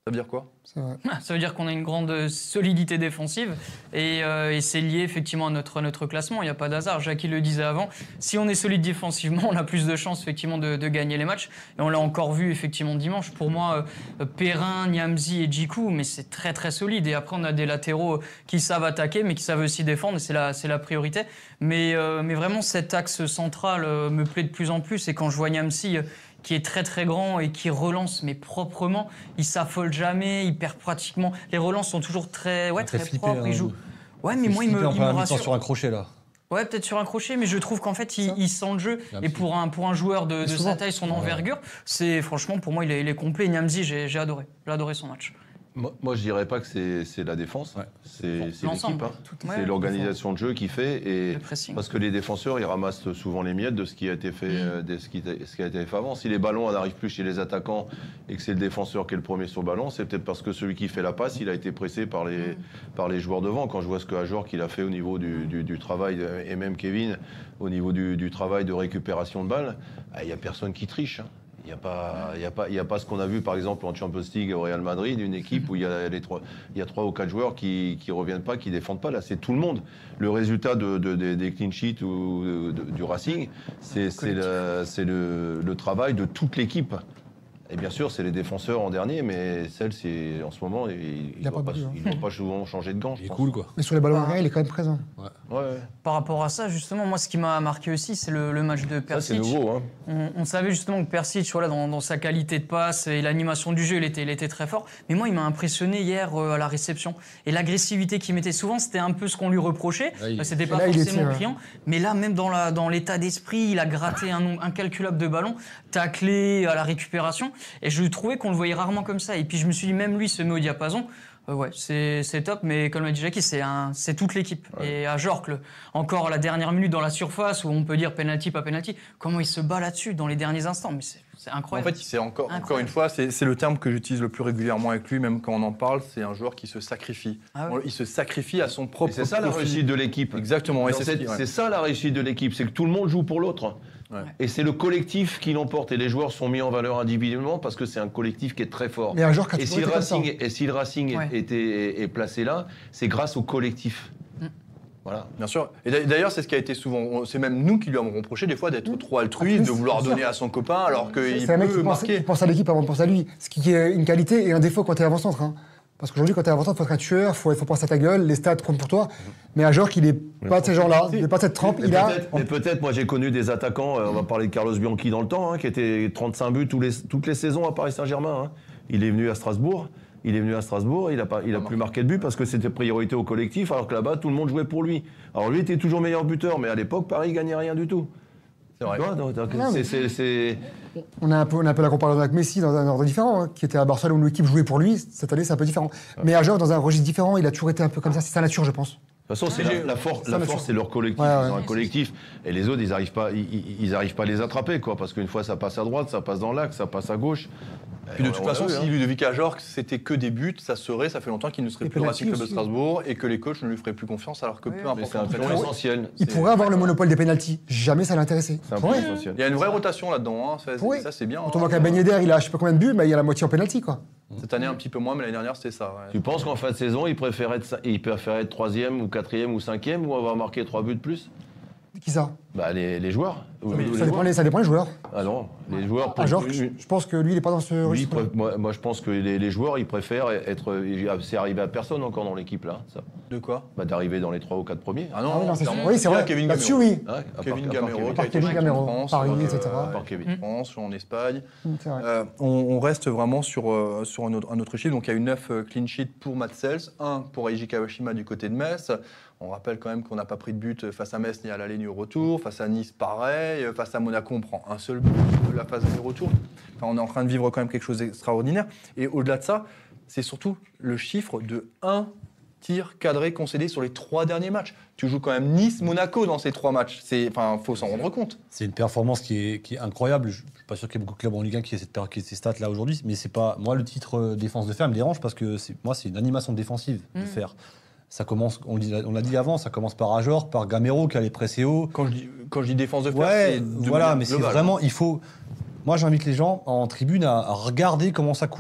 Ça veut dire quoi? C'est vrai. Ça veut dire qu'on a une grande solidité défensive et, euh, et c'est lié effectivement à notre, notre classement. Il n'y a pas d'hasard. Jackie le disait avant. Si on est solide défensivement, on a plus de chances effectivement de, de gagner les matchs. Et on l'a encore vu effectivement dimanche. Pour moi, euh, Perrin, Niamzi et Djikou, mais c'est très très solide. Et après, on a des latéraux qui savent attaquer, mais qui savent aussi défendre. Et c'est la, c'est la priorité. Mais, euh, mais vraiment, cet axe central euh, me plaît de plus en plus. Et quand je vois Niamzi, euh, qui est très très grand et qui relance mais proprement, il s'affole jamais, il perd pratiquement. Les relances sont toujours très, ouais, très flipper, propres. hein, Il joue. Ouais, mais Il moi il me, flippait en il me première mi-temps rassure. sur un crochet là. Ouais, peut-être sur un crochet, mais je trouve qu'en fait il, il sent le jeu. Niamzi. Et pour un pour un joueur de, de souvent. sa taille, son envergure, c'est franchement pour moi il est, il est complet. Niamzi, j'ai j'ai adoré, j'ai adoré son match. Moi, moi, je dirais pas que c'est c'est la défense, Ouais. c'est c'est L'ensemble, l'équipe. hein. tout- ouais, C'est l'organisation de jeu qui fait. Et Le pressing. parce que les défenseurs, ils ramassent souvent les miettes de ce qui a été fait, Mm. euh, de ce qui, ce qui a été fait avant. Si les ballons n'arrivent plus chez les attaquants et que c'est le défenseur qui est le premier sur le ballon, c'est peut-être parce que celui qui fait la passe, il a été pressé par les, Mm. par les joueurs devant. Quand je vois ce que Ajor qu'il a fait au niveau du, du, du travail, et même Kevin, au niveau du, du travail de récupération de balles, il n'y a personne qui triche. hein. Il n'y a, pas- il y a, pas- il y a pas ce qu'on a vu, par exemple, en Champions League au Real Madrid, une équipe où il y a, les trois, il y a trois ou quatre joueurs qui ne reviennent pas, qui ne défendent pas. Là, c'est tout le monde. Le résultat de, de- de- des clean sheets ou de- de- du Racing, c'est c'est le, c'est le- le travail de toute l'équipe. Et bien sûr, c'est les défenseurs en dernier, mais celle, c'est en ce moment, il Il a ne doit pas pas, beaucoup, hein. il doit pas souvent changer de gant. je Il est pense. cool quoi. Mais sur les ballons Ah. aériens, il est quand même présent. Ouais, ouais. Par rapport à ça, justement, moi ce qui m'a marqué aussi, c'est le, le match de Ça, c'est Persic. nouveau. Hein. On, on savait justement que Persic, voilà, dans, dans sa qualité de passe et l'animation du jeu, il était, il était très fort. Mais moi, il m'a impressionné hier euh, à la réception. Et l'agressivité qu'il mettait souvent, c'était un peu ce qu'on lui reprochait. Là, il- Euh, C'était pas Là, il forcément était, ouais. criant. Mais là, même dans la- dans l'état d'esprit, il a gratté un nombre incalculable de ballons, taclé à la récupération. Et je trouvais qu'on le voyait rarement comme ça. Et puis je me suis dit, même lui se met au diapason. Euh, ouais, c'est c'est top, mais comme l'a dit Jackie, c'est un- c'est toute l'équipe. Et à Jorque, le- encore la dernière minute dans la surface où on peut dire penalty, pas penalty, comment il se bat là-dessus dans les derniers instants, mais c'est c'est En incroyable. fait, c'est encore, Incroyable. encore une fois, c'est c'est le terme que j'utilise le plus régulièrement avec lui, même quand on en parle, c'est un joueur qui se sacrifie. Ah ouais. Il se sacrifie à son Et propre c'est ça la profit. réussite de l'équipe. Exactement. Et Non, c'est ce C'est qui- ouais. c'est ça la réussite de l'équipe, c'est que tout le monde joue pour l'autre. Ouais. Et c'est le collectif qui l'emporte. Et les joueurs sont mis en valeur individuellement parce que c'est un collectif qui est très fort. Mais un joueur qui a Et toujours si le été comme ça. Racing, et si le Racing Ouais. était, est, est placé là, c'est grâce au collectif. Mm. Voilà. Bien sûr. Et d'a- d'ailleurs, c'est ce qui a été souvent. on- C'est même nous qui lui avons reproché des fois d'être trop altruiste, Altruiste, de vouloir bien donner sûr. à son copain alors qu'il C'est un mec qui peut pense, marquer. qui pense à l'équipe avant de penser à lui. Ce qui est une qualité et un défaut quand tu es avant-centre. hein. Parce qu'aujourd'hui, quand tu es avant-centre, il faut être un tueur, il faut, faut penser à ta gueule, les stats comptent pour toi. Mais un joueur qui n'est pas de ces gens-là, il n'est pas de cette trempe, Mais il a. peut-être, mais peut-être, moi j'ai connu des attaquants, euh, on va parler de Carlos Bianchi dans le temps, hein, qui était trente-cinq buts tous les, toutes les saisons à Paris Saint-Germain. hein. Il est venu à Strasbourg. Il est venu à Strasbourg, il a, pas, il a plus marqué de but parce que c'était priorité au collectif, alors que là-bas, tout le monde jouait pour lui. Alors lui était toujours meilleur buteur, mais à l'époque, Paris gagnait rien du tout. C'est vrai. Tu vois, donc, donc, Non, mais- c'est- c'est- c'est- On a, un peu, on a un peu la comparaison avec Messi dans un ordre différent, hein, qui était à Barcelone où l'équipe jouait pour lui. Cette année, c'est un peu différent. Mais un joueur dans un registre différent, il a toujours été un peu comme ça. C'est sa nature, je pense. De toute façon, c'est la, la force, Ça la m'a force, toujours- c'est leur collectif. Ouais, ouais. Ils ont un collectif. Et les autres, ils n'arrivent pas, ils, ils- ils arrivent pas à les attraper, quoi. Parce qu'une fois, ça passe à droite, ça passe dans l'axe, ça passe à gauche. Puis de Et toute on- on façon, l'a vu, si hein. Ludovic Ajorc, c'était que des buts, ça serait, ça fait longtemps qu'il ne serait Et plus au penalty Racing Club de aussi. Strasbourg et que les coachs ne lui feraient plus confiance alors que Oui, peu mais Mais importe c'est un l'entraîneur. point essentiel. Il C'est- pourrait avoir le monopole des pénaltys. Jamais ça l'intéressait. C'est un Pourrait. point essentiel. Il y a une vraie rotation là-dedans, hein. ça, Oui. ça, c'est bien. Quand on hein. voit qu'un Ben Yedder, il a je sais pas combien de buts, mais il y a la moitié en pénalty, quoi. Cette année un petit peu moins, mais l'année dernière c'était ça. ouais. Tu penses qu'en fin de saison, il préfère être, il préfère être troisième ou quatrième ou cinquième ou avoir marqué trois buts de plus? Qui ça Bah les, les joueurs. Ou Mais les ça dépend, joueurs. les, ça dépend des joueurs. Ah non, les joueurs. Ah, genre, une- je, je pense que lui, il n'est pas dans ce lui, il registre. pré- moi, moi, je pense que les, les joueurs, ils préfèrent être. C'est arrivé à personne encore dans l'équipe là, ça. De quoi Bah, d'arriver dans les trois ou quatre premiers. Ah non, Ah oui, non, c'est sûr. clairement. Oui, c'est Il y a vrai. Kevin Là-dessus, Gamero. oui. Hein, à part- Kevin à part Gamero, Kevin. qui a été Kevin champion Gamero, de France, Paris, euh, et cetera. À part Kevin. en France, en Espagne. C'est vrai. Euh, on, on reste vraiment sur, euh, sur un, autre, un autre chiffre. Donc il y a eu neuf euh, clean sheets pour Matt Sells, un pour Eiji Kawashima du côté de Metz. On rappelle quand même qu'on n'a pas pris de but face à Metz ni à l'aller ni au retour. Face à Nice, pareil. Face à Monaco, on prend un seul but de la phase aller-retour. Enfin, on est en train de vivre quand même quelque chose d'extraordinaire. Et au-delà de ça, c'est surtout le chiffre de un tir cadré concédé sur les trois derniers matchs. Tu joues quand même Nice-Monaco dans ces trois matchs. Il faut s'en rendre compte. C'est une performance qui est, qui est incroyable. Je ne suis pas sûr qu'il y ait beaucoup de clubs en Ligue un qui aient, cette, qui aient ces stats-là aujourd'hui. Mais c'est pas. Moi, le titre euh, défense de fer me dérange parce que c'est, moi, c'est une animation défensive de Mhm. fer. Ça commence, on l'a on l'a dit avant, ça commence par Ajor, par Gamero qui allait presser haut. Quand je dis, quand je dis défense de fer, Ouais, c'est de voilà, manière mais c'est globale. vraiment. Il faut. Moi, j'invite les gens en tribune à, à regarder comment ça coulisse.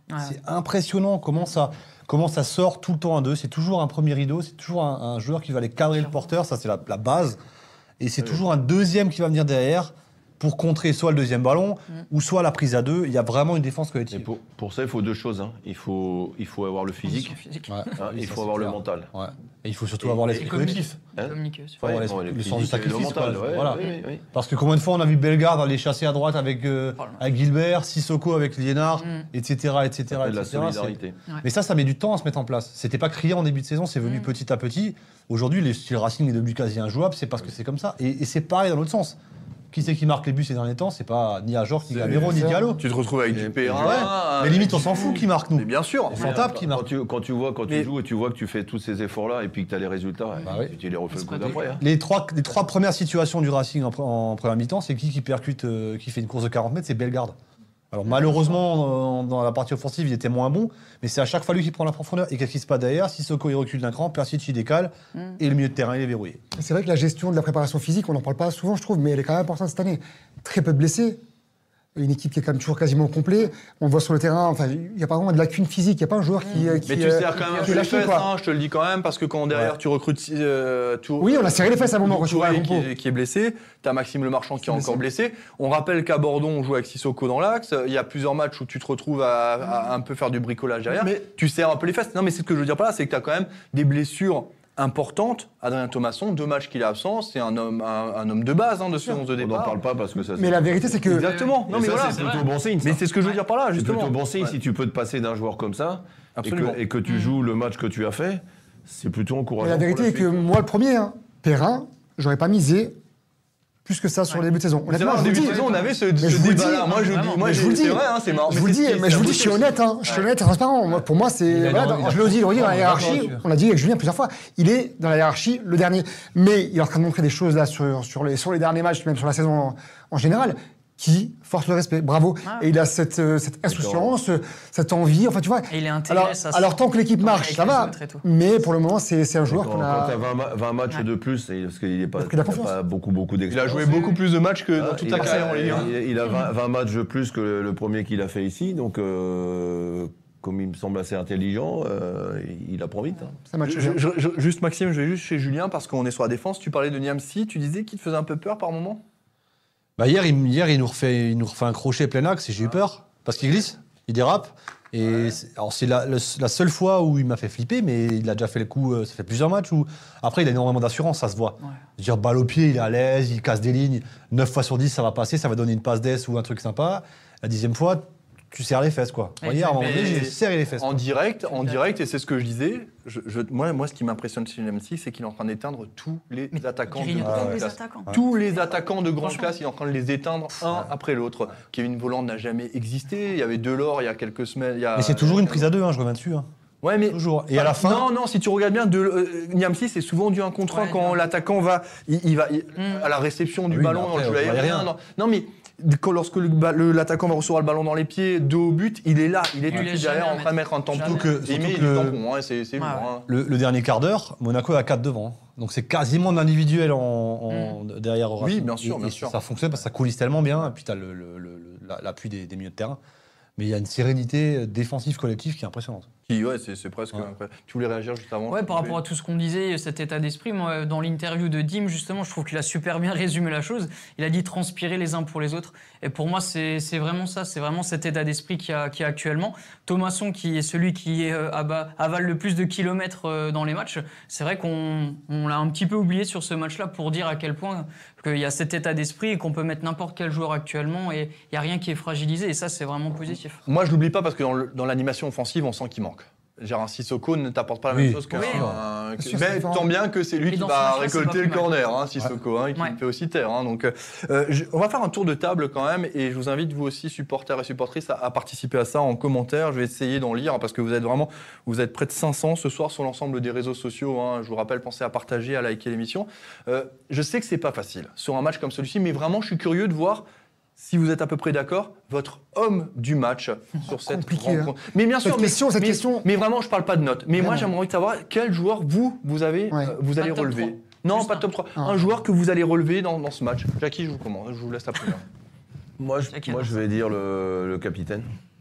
Ouais. C'est impressionnant comment ça, comment ça sort tout le temps à deux. C'est toujours un premier rideau, c'est toujours un, un joueur qui va aller cadrer le porteur, ça c'est la, la base. Et c'est Oui. toujours un deuxième qui va venir derrière pour contrer soit le deuxième ballon Mm. ou soit la prise à deux. Il y a vraiment une défense Et collective. pour, pour ça, il faut deux choses. hein. Il, faut, il faut avoir le physique, Condition physique. Ouais. hein, Oui, il ça, faut c'est avoir clair. le mental. Ouais. Et il faut surtout Et- avoir et l'esprit communiquer. collectif. Hein Communiquer aussi. Faut avoir Ouais, l'esprit- ouais, le le sens du physique et le sacrifice. mental, quoi. ouais, Voilà. oui, oui, oui. Parce que combien de fois on a vu Bellegarde aller chasser à droite avec, euh, Oh là là. avec Gilbert, Sissoko avec Liénard, Mm. et cetera, et cetera, Après, de la et cetera. C'est- solidarité. Mais ça, ça met du temps à se mettre en place. C'était pas criant en début de saison, c'est venu Mm. petit à petit. Aujourd'hui, les- si le Racing est devenu quasi injouable, c'est parce que c'est comme ça. Et, et c'est pareil dans l'autre sens. Qui c'est qui marque les buts ces derniers temps? C'est pas ni Ajor, ni C'est- Gamero, ni c'est- Diallo. Tu te retrouves avec Et- du Perrin. Ouais. un- Mais limite, on s'en fout qui marque, nous. Mais bien sûr. Et Fantap qui Quand marque. tu, quand tu vois, quand Mais- tu joues et tu vois que tu fais tous ces efforts-là et puis que tu as les résultats, Bah et oui. tu les refais le C'est coup pas d'après. hein. Les trois, les trois premières situations du Racing en, pre- en première mi-temps, c'est qui qui percute, euh, qui fait une course de quarante mètres? C'est Bellegarde. Alors malheureusement, dans, dans la partie offensive, il était moins bon, mais c'est à chaque fois lui qui prend la profondeur. Et qu'est-ce qui se passe derrière? Sissoko il recule d'un cran, Persic il décale, Mm. et le milieu de terrain il est verrouillé. C'est vrai que la gestion de la préparation physique, on n'en parle pas souvent, je trouve, mais elle est quand même importante cette année. Très peu de blessés. Une équipe qui est quand même toujours quasiment au complet. On le voit sur le terrain, enfin, il n'y a pas vraiment de lacune physique. Il n'y a pas un joueur qui. qui Mais tu euh, serres quand même un qui peu est les lâché, fesses, quoi. hein, je te le dis quand même, parce que quand derrière Ouais. tu recrutes euh, Tour- Oui, on a serré les fesses à un moment quand tu vois Touré la qui, compo. est- qui est blessé, t'as Maxime Le Marchand qui est Qui est encore blessé. On rappelle qu'à Bordeaux, on joue avec Sissoko dans l'axe. Il y a plusieurs matchs où tu te retrouves à, à un peu faire du bricolage derrière. Mais- Tu serres un peu les fesses. Non, mais c'est ce que je veux dire par là, c'est que t'as quand même des blessures importantes. Adrien Thomasson, deux matchs qu'il est absent, c'est un homme, un, un homme de base hein, de ce onze de On n'en départ. parle pas parce que ça. Mais la vérité, c'est que. Exactement. Non, mais mais ça, voilà. c'est c'est plutôt vrai. bon signe. Mais ça. c'est ce que je veux dire par là, C'est justement. plutôt bon signe Ouais. si tu peux te passer d'un joueur comme ça et Absolument. que, et que tu Mm. joues le match que tu as fait. C'est plutôt encourageant. Mais la vérité est pour que suite. moi, le premier, hein, Perrin, j'aurais pas misé plus que ça sur Ouais. le début de saison. C'est Honnêtement, vrai, je en vous le début dis. de saison, on avait ce, Mais ce je vous le débat-là. dis. Moi, je, Vraiment. dis, moi, Mais je j'ai- vous le dis. c'est vrai, hein, c'est marrant. Je vous le dis, c'est- mais je vous le dis, c'est je suis honnête, hein. Je suis honnête, transparent. Moi, pour moi, c'est. Il a voilà, une dans- envie je le dis, le redis, dans la d'être- hiérarchie, D'accord, on l'a dit avec Julien plusieurs fois, il est dans la hiérarchie le dernier. Mais il est en train de montrer des choses là sur, sur, les, sur les derniers matchs, même sur la saison en, en général, qui forcent le respect. Bravo. Ah. Et il a cette, euh, cette insouciance, euh, cette envie. Enfin, tu vois. Et il est intégré, Alors, ça. alors tant que l'équipe marche, Avec ça les va. autres et tout. Mais pour le moment, c'est c'est un joueur Quand, qu'on quand a. tu as vingt, ma- vingt matchs Ouais. de plus, et- parce qu'il n'est pas, Il a pris la il a confiance. pas beaucoup, beaucoup Il a d'expérience. joué beaucoup plus de matchs que dans Ah, toute il ta a- carrière en Ligue un. Il, il a vingt, vingt matchs de plus que le, le premier qu'il a fait ici, donc euh, comme il me semble assez intelligent, euh, il apprend vite. hein. Ça match Je- je- je- juste Maxime, je vais juste chez Julien parce qu'on est sur la défense. Tu parlais de Niamsi, tu disais qu'il te faisait un peu peur par moment. Bah hier, il, hier il, nous refait, il nous refait un crochet plein axe et j'ai eu peur. Parce qu'il glisse, il dérape. Et c'est- alors c'est la, le- la seule fois où il m'a fait flipper, mais il a déjà fait le coup, euh, ça fait plusieurs matchs où après il a énormément d'assurance, ça se voit. Ouais. Je veux dire, balle au pied, il est à l'aise, il casse des lignes. neuf fois sur dix, ça va passer, ça va donner une passe d'ess ou un truc sympa. La dixième fois, tu serres les fesses, quoi. Moi, Et hier, à un moment mais- donné, j'ai serré les fesses. En direct, en Super. direct, et c'est ce que je disais. Je, je- moi, moi, ce qui m'impressionne chez Niamsi, c'est qu'il est en train d'éteindre tous les Mais attaquants de grille Ah grande tous les classe. attaquants. Tous les attaquants de grande Franchement. classe, il est en train de les éteindre un après l'autre. Kevin Volland n'a jamais existé. Il y avait Delors il y a quelques semaines. il y a- Mais c'est toujours une prise à deux, hein, je reviens dessus. hein. Ouais, mais Toujours. Et à la fin, Non, non, si tu regardes bien, de, euh, Niamsi, c'est souvent du un contre un Ouais, quand non. l'attaquant va, il, il va il- Mm. à la réception du Oui, ballon mais dans après, le jeu on voit aérien. rien. dans- Non, mais quand, lorsque le ba- le- l'attaquant va recevoir le ballon dans les pieds, dos au but, il est là, il est Il tout de laisse suite derrière jamais en train de mettre un tampon. Jamais. Surtout que- Et il met surtout du que- tampon, hein, c'est c'est Ouais, lourd, ouais. hein. le, le dernier quart d'heure, Monaco est à quatre devant. Donc c'est quasiment de l'individuel en, en- derrière au Oui, Racing. bien sûr, Et- bien et sûr. Ça fonctionne parce que ça coulisse tellement bien, et puis tu as l'appui le, le, le- la- l'appui des, des milieux de terrain. Mais il y a une sérénité défensive collective qui est impressionnante. Qui, ouais, c'est c'est presque. Ouais. incroyable. Tu voulais réagir juste avant Ouais, je par t'en rapport à tout ce qu'on disait, cet état d'esprit, moi, dans l'interview de Dim, justement, je trouve qu'il a super bien résumé la chose. Il a dit transpirer les uns pour les autres. Et pour moi, c'est c'est vraiment ça, c'est vraiment cet état d'esprit qu'il y a, qu'il y a actuellement. Thomasson, qui est celui qui est, euh, abat- avale le plus de kilomètres euh, dans les matchs, c'est vrai qu'on on l'a un petit peu oublié sur ce match-là pour dire à quel point qu'il y a cet état d'esprit et qu'on peut mettre n'importe quel joueur actuellement et il n'y a rien qui est fragilisé. Et ça, c'est vraiment positif. Moi, je l'oublie pas parce que dans le- dans l'animation offensive, on sent qu'il manque. Gérard Sissoko ne t'apporte pas la Oui, même chose qu'un. bien sûr. un- Bien sûr, mais c'est différent. tant bien que c'est lui Et qui dans ce va match-là, c'est récolter pas le plus mal. corner, hein, Sissoko, hein, qui Ouais. le fait aussi taire. hein. donc, euh, je- on va faire un tour de table quand même, et je vous invite vous aussi, supporters et supportrices, à, à participer à ça en commentaire. Je vais essayer d'en lire parce que vous êtes vraiment, vous êtes près de cinq cents ce soir sur l'ensemble des réseaux sociaux. hein. Je vous rappelle, pensez à partager, à liker l'émission. Euh, je sais que c'est pas facile sur un match comme celui-ci, mais vraiment, je suis curieux de voir. Si vous êtes à peu près d'accord, votre homme du match sur cette Compliqué, hein. rencontre. Mais bien sûr, Cette mais, question, cette mais- question- mais vraiment, je parle pas de notes. Mais moi, non. j'aimerais envie de savoir quel joueur vous, vous avez, Ouais. euh, vous Pas allez de top relever. trois. Non, Juste pas un. de top trois. Ah. Un joueur que vous allez relever dans, dans ce match. Jackie, je vous commence, je vous laisse la première. Moi, je, Chacun moi, dans je vais dire le, le capitaine.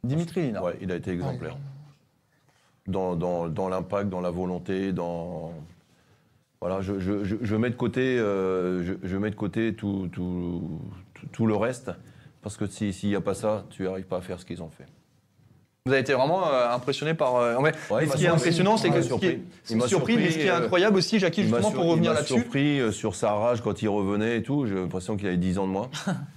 Dimitri Linard. Ouais, il a été exemplaire. Dans, dans, dans l'impact, dans la volonté, dans... Voilà, je, je, je, je mets de côté, euh, je, je mets de côté tout, tout, tout, tout le reste, parce que s'il si n'y a pas ça, tu n'arrives pas à faire ce qu'ils ont fait. Vous avez été vraiment euh, impressionné par... Euh, en fait, Ouais, il ce m'a qui est surpris. impressionnant, c'est Il que m'a ce qui surpris. est, Il m'a surpris, mais ce qui est surpris, euh, incroyable aussi, Jackie, Il m'a justement sur- pour revenir il m'a là-dessus. surpris euh, sur sa rage quand il revenait et tout. J'ai l'impression qu'il avait dix ans de moins.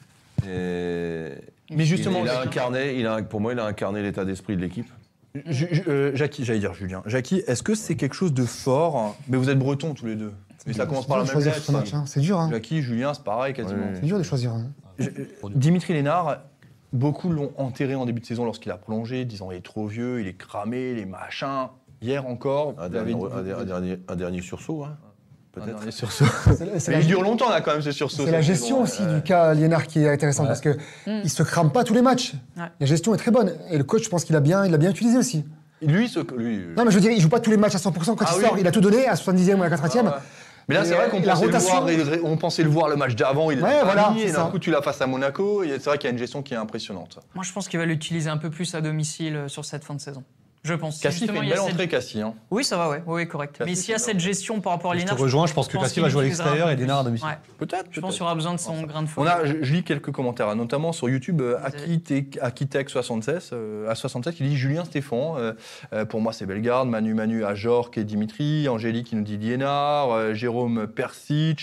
Et Mais justement, il, il a Jackie- incarné, il a, pour moi, il a incarné l'état d'esprit de l'équipe. Ju- ju- euh, Jackie, j'allais dire Julien. Jackie, est-ce que c'est quelque chose de fort? Mais vous êtes bretons tous les deux. Mais ça commence C'est par dur la de même choisir lettre. ce match, hein. C'est dur. Hein. Jackie, Julien, c'est pareil quasiment. Ouais. C'est dur de choisir. Hein. Je- Dimitri Lénard, beaucoup l'ont enterré en début de saison lorsqu'il a prolongé, disant il est trop vieux, il est cramé, les machins. Hier encore, Un vous avez dernier, dit- un, der- un dernier, un dernier sursaut, hein, un peut-être. dernier sursaut. C'est c'est Mais la, il dure longtemps là quand même ce sursaut. c'est la cette gestion saison. aussi Euh, du cas Liénard qui est intéressante parce que Mm. il se crame pas tous les matchs. Ouais. La gestion est très bonne et le coach, je pense qu'il a bien, il l'a bien utilisé aussi. Lui, ce, lui. euh, Non mais je veux dire, il joue pas tous les matchs à cent pour cent quand Ah il oui. sort. Il a tout donné à soixante-dixième ou à la quatre-vingtième. ah ouais. Mais là, c'est Et, vrai qu'on euh, la pensait, le rotation- voir, et- on pensait le voir le match d'avant, il était Ouais, pas voilà, mis, c'est et d'un ça. coup tu l'as face à Monaco, et c'est vrai qu'il y a une gestion qui est impressionnante. Moi, je pense qu'il va l'utiliser un peu plus à domicile euh, sur cette fin de saison. Je pense. Cassie fait Justement, une il y a belle cette- entrée, Cassie. Hein. Oui, ça va, ouais, oui, correct. Cassie, Mais s'il y a c'est cette gestion par rapport à Je te Linard, rejoins, je pense que pense Cassie qu'il va jouer à utilisera l'extérieur un et peu Lénard à plus. domicile. Ouais. Peut-être. Je pense peut-être. qu'il aura besoin de son grain de On folie. a, je, je lis quelques commentaires, notamment sur YouTube, euh, Vas-y. Akitech- Akitech soixante-seize, euh, à soixante-sept, qui dit Julien Stéphan. euh, euh, pour moi, c'est Bellegarde. Manu Manu à Jork et Dimitri. Angélique qui nous dit Liénard. euh, Jérôme Persic.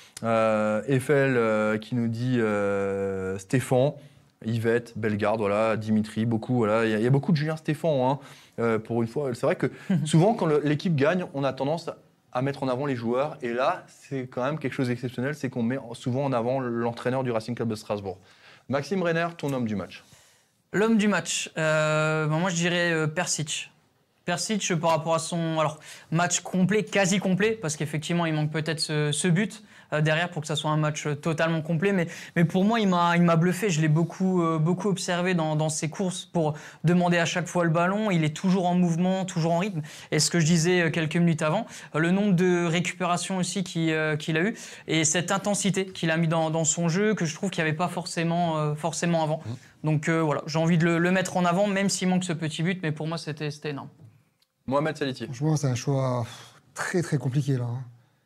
Euh, Eiffel euh, qui nous dit euh, Stéphan. Yvette, Bellegarde, voilà, Dimitri, beaucoup. Voilà. Il y, a- il y a beaucoup de Julien Stéphan, hein, euh, pour une fois. C'est vrai que souvent, quand le- l'équipe gagne, on a tendance à mettre en avant les joueurs. Et là, c'est quand même quelque chose d'exceptionnel, c'est qu'on met souvent en avant l'entraîneur du Racing Club de Strasbourg. Maxime Renner, ton homme du match. L'homme du match, euh, ben moi je dirais euh, Persic. Persic euh, par rapport à son alors, match complet, quasi complet, parce qu'effectivement il manque peut-être ce, ce but euh, derrière pour que ça soit un match euh, totalement complet. Mais, mais pour moi il m'a, il m'a bluffé, je l'ai beaucoup, euh, beaucoup observé dans, dans ses courses pour demander à chaque fois le ballon. Il est toujours en mouvement, toujours en rythme. Et ce que je disais euh, quelques minutes avant, euh, le nombre de récupérations aussi qu'il, euh, qu'il a eu et cette intensité qu'il a mis dans, dans son jeu que je trouve qu'il n'y avait pas forcément, euh, forcément avant. Donc euh, voilà, j'ai envie de le, le mettre en avant, même s'il manque ce petit but, mais pour moi c'était, c'était énorme. Mohamed Saliti. Franchement, c'est un choix pff, très très compliqué là. hein.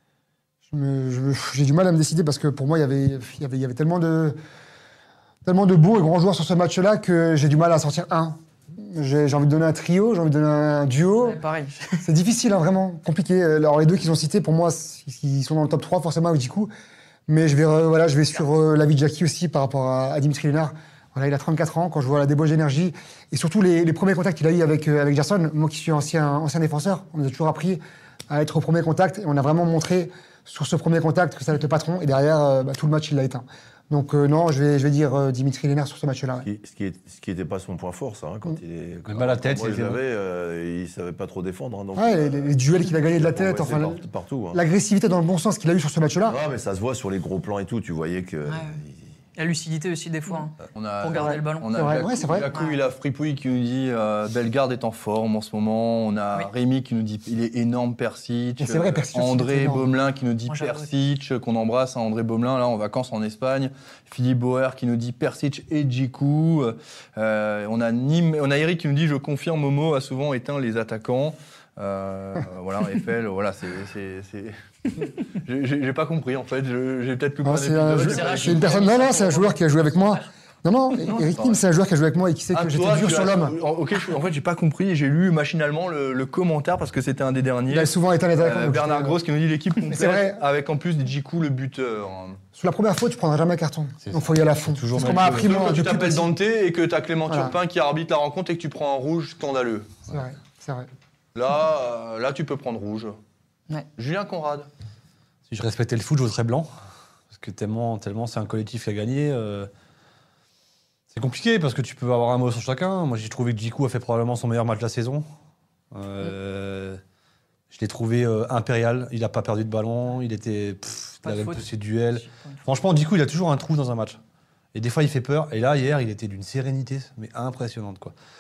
Je me- je me- J'ai du mal à me décider parce que pour moi, il y avait, il y avait, il y avait tellement de, tellement de beaux et grands joueurs sur ce match-là que j'ai du mal à sortir un. J'ai j'ai envie de donner un trio, j'ai envie de donner un duo. Ouais, pareil. C'est difficile, hein, vraiment, compliqué. Alors les deux qu'ils ont cités, pour moi, ils sont dans le top trois forcément avec Djikou. Mais je vais, euh, voilà, je vais sur euh, l'avis de Jackie aussi par rapport à, à Dimitri Lénard. Voilà, il a trente-quatre ans, quand je vois la débauche d'énergie et surtout les, les premiers contacts qu'il a eu avec, euh, avec Gerson, moi qui suis ancien, ancien défenseur, on nous a toujours appris à être au premier contact et on a vraiment montré sur ce premier contact que ça allait être le patron et derrière, euh, bah, tout le match, il l'a éteint. Donc euh, non, je vais, je vais dire euh, Dimitri Lénard sur ce match-là. ouais. Ce qui- Ce qui est- ce qui n'était pas son point fort, ça. hein, quand il est, quand, Même à la tête, moi, il je était- l'avais, euh, il savait pas trop défendre. hein, donc, Ouais, les, euh, les duels qu'il a gagnés de la on tête, voit, enfin, c'est la- par- partout. hein. l'agressivité dans le bon sens qu'il a eu sur ce match-là. Non, mais ça se voit sur les gros plans et tout. Tu voyais que. ouais. il- La lucidité aussi des fois. hein. On a, Pour garder le ballon. On a C'est vrai, Jacou- ouais, c'est vrai. Jacou, il a Fripouille qui nous dit euh, Bellegarde est en forme en ce moment. On a Oui. Rémi qui nous dit il est énorme Persic. Mais c'est vrai, Persic aussi, André c'est énorme. Baumelin qui nous dit Moi, j'adore. Persic, qu'on embrasse, hein, André Baumelin, là en vacances en Espagne. Philippe Bauer qui nous dit Persic et Djikou. Euh, on, a Nîmes, on a Eric qui nous dit je confirme, Momo a souvent éteint les attaquants. Euh, voilà, Eiffel, voilà, c'est. c'est- c'est- J'ai j'ai- j'ai pas compris en fait. Je- J'ai peut-être plus Ah, qu'un c'est un épisode, jou- j'ai pas- c'est une personne. Non, non, c'est un joueur qui a joué avec moi. Non, non, Non, Eric c'est Kim, pas c'est un joueur qui a joué avec moi et qui sait que Ah, j'étais toi, dur tu sur as- l'homme. Ok, je- en fait, j'ai pas compris. J'ai lu machinalement le, le commentaire parce que c'était un des derniers. Il a souvent été un attaquant. Euh, donc Bernard j'étais- Gross qui nous dit l'équipe c'est complète vrai. avec en plus Djikou le buteur. Sur la première faute, tu prendras jamais un carton. C'est Donc ça. faut y aller à fond. Toujours C'est ce qu'on mettre m'a le- appris Sauf moi quand tu depuis t'appelles petit. Dante et que t'as Clément Voilà. Turpin qui arbitre la rencontre et que tu prends un rouge scandaleux. C'est vrai, c'est vrai. Là, euh, là, tu peux prendre rouge. Ouais. Julien Conrad. Si je respectais le foot, je voterais blanc. Parce que tellement, tellement c'est un collectif qui a gagné. euh, C'est compliqué parce que tu peux avoir un mot sur chacun. Moi, j'ai trouvé que Djikou a fait probablement son meilleur match de la saison. Euh, Je l'ai trouvé euh, impérial. Il n'a pas perdu de ballon. Il était. Pff, Pas il de avait faute. un peu ses duels. Franchement, Djikou, il a toujours un trou dans un match. Et des fois, il fait peur. Et là, hier, il était d'une sérénité, mais impressionnante, quoi.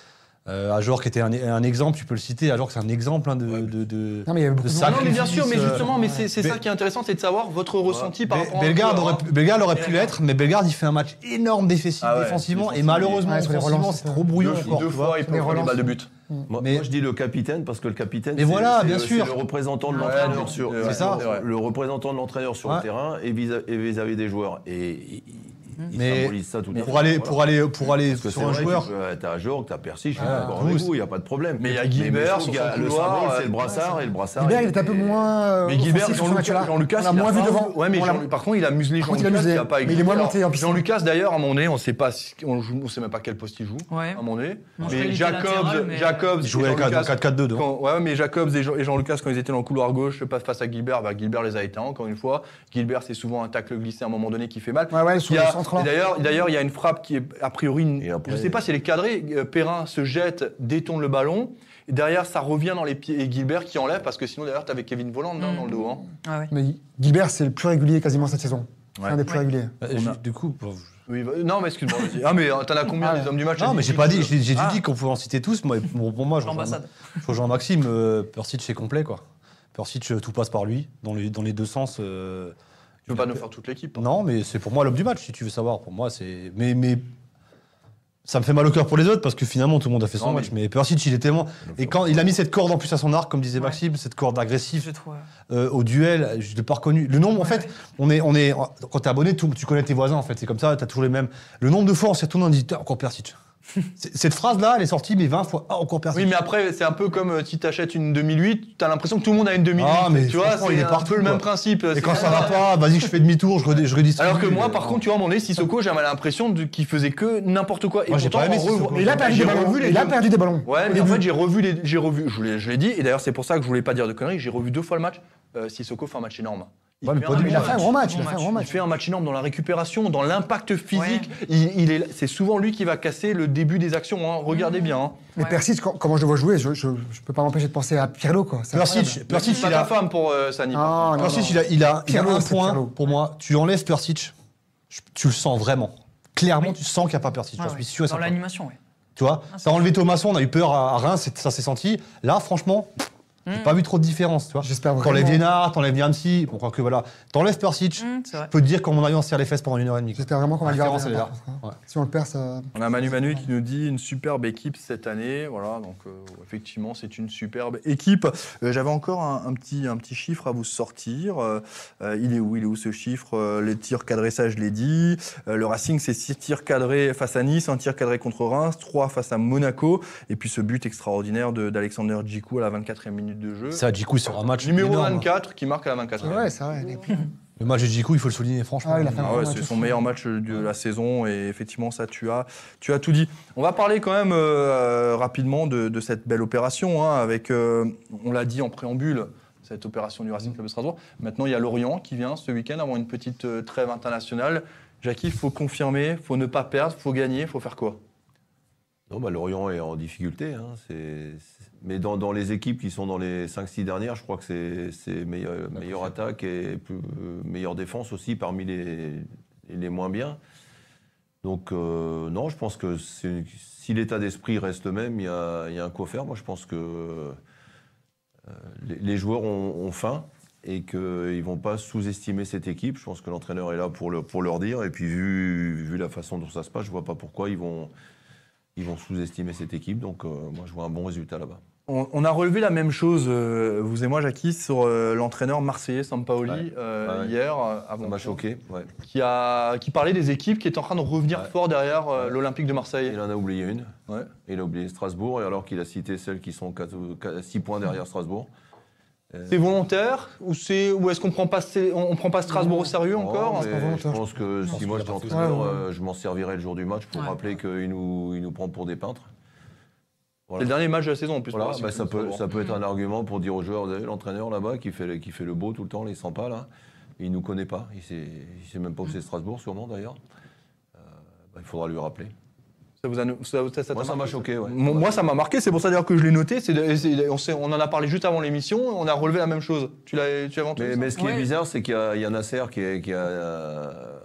Euh, Ajor qui était un, un exemple, tu peux le citer. Ajor c'est un exemple hein, de, Ouais. de, de, Non, mais il y avait beaucoup de de Non, mais bien sûr, mais sacrifice, justement, euh, mais c'est c'est mais- ça qui est intéressant, c'est de savoir votre ressenti par Be- rapport à Bellegarde un aurait, joueur, pu- hein. Bellegarde aurait pu Bellegarde. l'être, mais Bellegarde il fait un match énorme défensif- Ah ouais, défensivement et défensivement, malheureusement ouais, sur les offensivement relances, c'est c'est trop ça. brouillon Deux, encore. deux tu fois, vois. il peut les prendre des relances, balles de but. Moi, Mais- moi, je dis le capitaine parce que le capitaine, Mais c'est voilà, c'est bien le, sûr. c'est le représentant de Ouais, l'entraîneur non, sur, c'est ouais, ça. le, le représentant de l'entraîneur sur Ouais. le terrain et vis- et vis-à-vis des joueurs. Et il, il Mais- symbolise ça tout à Mais fait. pour aller, Voilà. pour aller, pour aller Parce que sur c'est un vrai, joueur, tu peux- t'as Ajor, t'as Percy, je suis Ah, d'accord avec tous. vous, il n'y a pas de problème. Mais il y a Mais- Guilbert mais je trouve sur qu'il y a son le couloir, symbole, euh, c'est le brassard, et le brassard. Gilbert, il était un peu moins. euh, Mais Gilbert, offensif sur ce Jean-Lucas, match-là. Jean-Lucas, On l'a il a moins vu pas- devant. Ouais, mais On l'a- Jean- par contre, il a muselé Par contre, il a Jean-Lucas, muselé. qui a pas Mais il est moins existé. monté en Alors, puissance. Jean-Lucas, d'ailleurs, à un moment donné, on ne sait pas, si- on ne sait même pas quel poste il joue. Ouais. À un moment donné. Moi, je crois qu'il Mais était Jacobs, latéral, mais- Jacobs, il et jouait dans Jean-Lucas, quatre quatre deux. devant. quand- ouais, mais Jacobs et Jean- et Jean-Lucas, quand ils étaient dans le couloir gauche, pas face à Gilbert, bah, Gilbert les a éteints, encore une fois. Gilbert, c'est souvent un tacle glissé à un moment donné qui fait mal. Ouais, ouais, Il sur y le a- centre et là. D'ailleurs, d'ailleurs, il y a une frappe qui est a priori, une- Et après- je ne sais pas si elle est cadrée. euh, Perrin se jette, détourne le ballon. Et derrière, ça revient dans les pieds. Et Gilbert qui enlève, parce que sinon, d'ailleurs, tu avais Kevin Volland hein, Mm. dans le dos. hein. Ah ouais. Mais Gilbert, c'est le plus régulier quasiment cette saison. C'est Ouais. un des plus Ouais. réguliers. Euh, On j'ai- a- Du coup, bon, Oui, bah- non, mais excuse-moi. vas-y. Ah, mais euh, t'en as combien Ah, des hommes du match non, t'as mais dit j'ai pas dit, quelque j'ai j'ai chose. dit qu'on pouvait en citer tous. Moi, pour, pour moi, je rejoins, L'ambassade. je rejoins Maxime. Euh, Persic c'est complet quoi. Persic euh, tout passe par lui dans les dans les deux sens. euh, Tu peux pas nous faire toute l'équipe. hein. Non, mais c'est pour moi l'homme du match si tu veux savoir. Pour moi, c'est mais mais ça me fait mal au cœur pour les autres parce que finalement tout le monde a fait son Non, mais- match. Mais Persic, il est tellement et quand il a mis cette corde en plus à son arc, comme disait Ouais. Maxime, cette corde agressive Je trouve. euh, au duel, je l'ai pas reconnu. Le nombre, en Ouais, fait, ouais. on est, on est, quand t'es abonné, tout- tu connais tes voisins, en fait. C'est comme ça, t'as toujours les mêmes. Le nombre de fois, on s'est retourné, on dit, Tain, encore Persic. C'est- Cette phrase-là, elle est sortie, mais vingt fois. Ah, encore Persic. Oui, mais après, c'est un peu comme euh, si t'achètes une deux mille huit, t'as l'impression que tout le monde a une deux mille huit. Ah, mais tu vois, franchement, c'est il est un partout, peu le quoi. même principe. Et c'est quand ça ça. va pas, vas-y, je fais demi-tour, je, redis- je redistribue. Alors que moi, Euh, par contre, tu vois, à un moment donné, Sissoko, j'avais l'impression de- qu'il faisait que n'importe quoi. Et Moi, j'ai pourtant, pas aimé en Sissoko. revo- Mais il a perdu j'ai des ballons. revu les Il a deux- perdu des ballons. Ouais, Au mais en début. fait, j'ai revu, les, j'ai revu, je l'ai, je l'ai dit, et d'ailleurs, c'est pour ça que je voulais pas dire de conneries, j'ai revu deux fois le match. Euh, Sissoko fait un match énorme. Il, Ouais, mais fait pas un du- Il a match- fait un gros match. Il a Bon fait un match. gros il match. fait un match énorme dans la récupération, dans l'impact physique. Il, il est, c'est souvent lui qui va casser le début des actions. hein. Regardez bien. hein. Mais Ouais. Persic, quand- comment je le vois jouer, je, je, je peux pas m'empêcher de penser à Pirlo, quoi. C'est Persic, incroyable. Persic, C'est pas il ta a, femme pour euh, Sani. par Ah, contre. non, Persic, non. il a, il a, il a Pirlo, un c'est point Pirlo. pour moi. Tu enlèves Persic, je- tu le sens vraiment. Clairement, tu sens qu'il n'y a pas Persic. Ouais, J'en ouais. suis sûr et Dans certain. l'animation, oui. Tu vois, Ah, c'est t'as enlevé Thomasson, on a eu peur à, à Reims, c'est- ça s'est senti. Là, franchement, j'ai Mm. pas vu trop de différence, tu vois. J'espère T'enlèves vraiment. Liénard, t'enlèves Niamsi, bon, quoi que voilà. T'enlèves Persic, Hum, c'est vrai. je peux te dire qu'en mon avis, on se serre les fesses pendant une heure et demie. quoi. J'espère vraiment qu'on va La le garder. référence, elle est hein, là. par contre, hein. Ouais. Si on le perd, ça. On a Manu Manu qui nous dit une superbe équipe cette année. Voilà, donc euh, effectivement, c'est une superbe équipe. Euh, J'avais encore un, un petit, un petit chiffre à vous sortir. Euh, euh, il est où Il est où ce chiffre Euh, Les tirs cadrés, ça je l'ai dit. Euh, le Racing, c'est six tirs cadrés face à Nice, un tir cadré contre Reims, trois face à Monaco. Et puis ce but extraordinaire de- d'Alexander Djikou à la vingt-quatrième minute de jeu. Ça, Djikou, sur un match. Numéro énorme. vingt-quatre qui marque à la vingt-quatrième. Ouais, c'est vrai. Le match de Djikou, il faut le souligner, franchement. Ah, il a fait un Ah gros ouais, match c'est son aussi. meilleur match de la saison et effectivement ça tu as, tu as tout dit. On va parler quand même euh, rapidement de, de cette belle opération hein, avec, euh, on l'a dit en préambule, cette opération du Racing Club de Strasbourg. Maintenant il y a Lorient qui vient ce week-end avoir une petite euh, trêve internationale. Jackie, il faut confirmer, il faut ne pas perdre, il faut gagner, il faut faire quoi? Non, bah, Lorient est en difficulté. hein, c'est- c'est- Mais dans, dans les équipes qui sont dans les cinq six dernières, je crois que c'est c'est meilleure, meilleure attaque et plus, euh, meilleure défense aussi parmi les, les moins bien. Donc, euh, non, je pense que c'est- si l'état d'esprit reste le même, il y a, il y a un coup à faire. Moi, je pense que euh, les, les joueurs ont, ont faim et qu'ils ne vont pas sous-estimer cette équipe. Je pense que l'entraîneur est là pour, le, pour leur dire. Et puis, vu, vu la façon dont ça se passe, je ne vois pas pourquoi ils vont. Ils vont sous-estimer cette équipe, donc euh, moi je vois un bon résultat là-bas. On, on a relevé la même chose, euh, vous et moi Jackie, sur euh, l'entraîneur marseillais Sampaoli Ouais. euh, Ouais, ouais. hier, euh, Ça avant m'a choqué, ouais. qui, a, qui parlait des équipes qui étaient en train de revenir Ouais. fort derrière euh, Ouais. l'Olympique de Marseille. Il en a oublié une. Ouais. Il a oublié Strasbourg, et alors qu'il a cité celles qui sont six points derrière Strasbourg. Euh, C'est volontaire ou, c'est, ou est-ce qu'on prend pas, on, on prend pas Strasbourg au sérieux non, encore mais pas volontaire. je pense que Je pense si moi qu'il j'étais a pas fait entraîneur, ça. Ouais, ouais. euh, je m'en servirais le jour du match pour Ouais. rappeler qu'il nous, il nous prend pour des peintres. C'est Voilà. le dernier match de la saison en plus. Voilà, pour Racing bah, Club ça, de peut, Strasbourg. ça peut être un argument pour dire aux joueurs, vous avez l'entraîneur là-bas qui fait, le- qui fait le beau tout le temps, les sent pas là. Il ne nous connaît pas, il ne sait, il sait même pas où c'est Strasbourg sûrement d'ailleurs. Euh, bah, il faudra lui rappeler. Ça vous a, ça, ça- ça t'a Moi ça m'a marqué choqué, ouais. Moi, moi, ça m'a marqué, c'est pour ça d'ailleurs que je l'ai noté. C'est de- c'est- on, s'est- on en a parlé juste avant l'émission, on a relevé la même chose. Tu l'as tu avais entendu Mais, ça mais ce qui Ouais. est bizarre, c'est qu'il y, a- il y a Nasser qui, est- qui a, euh,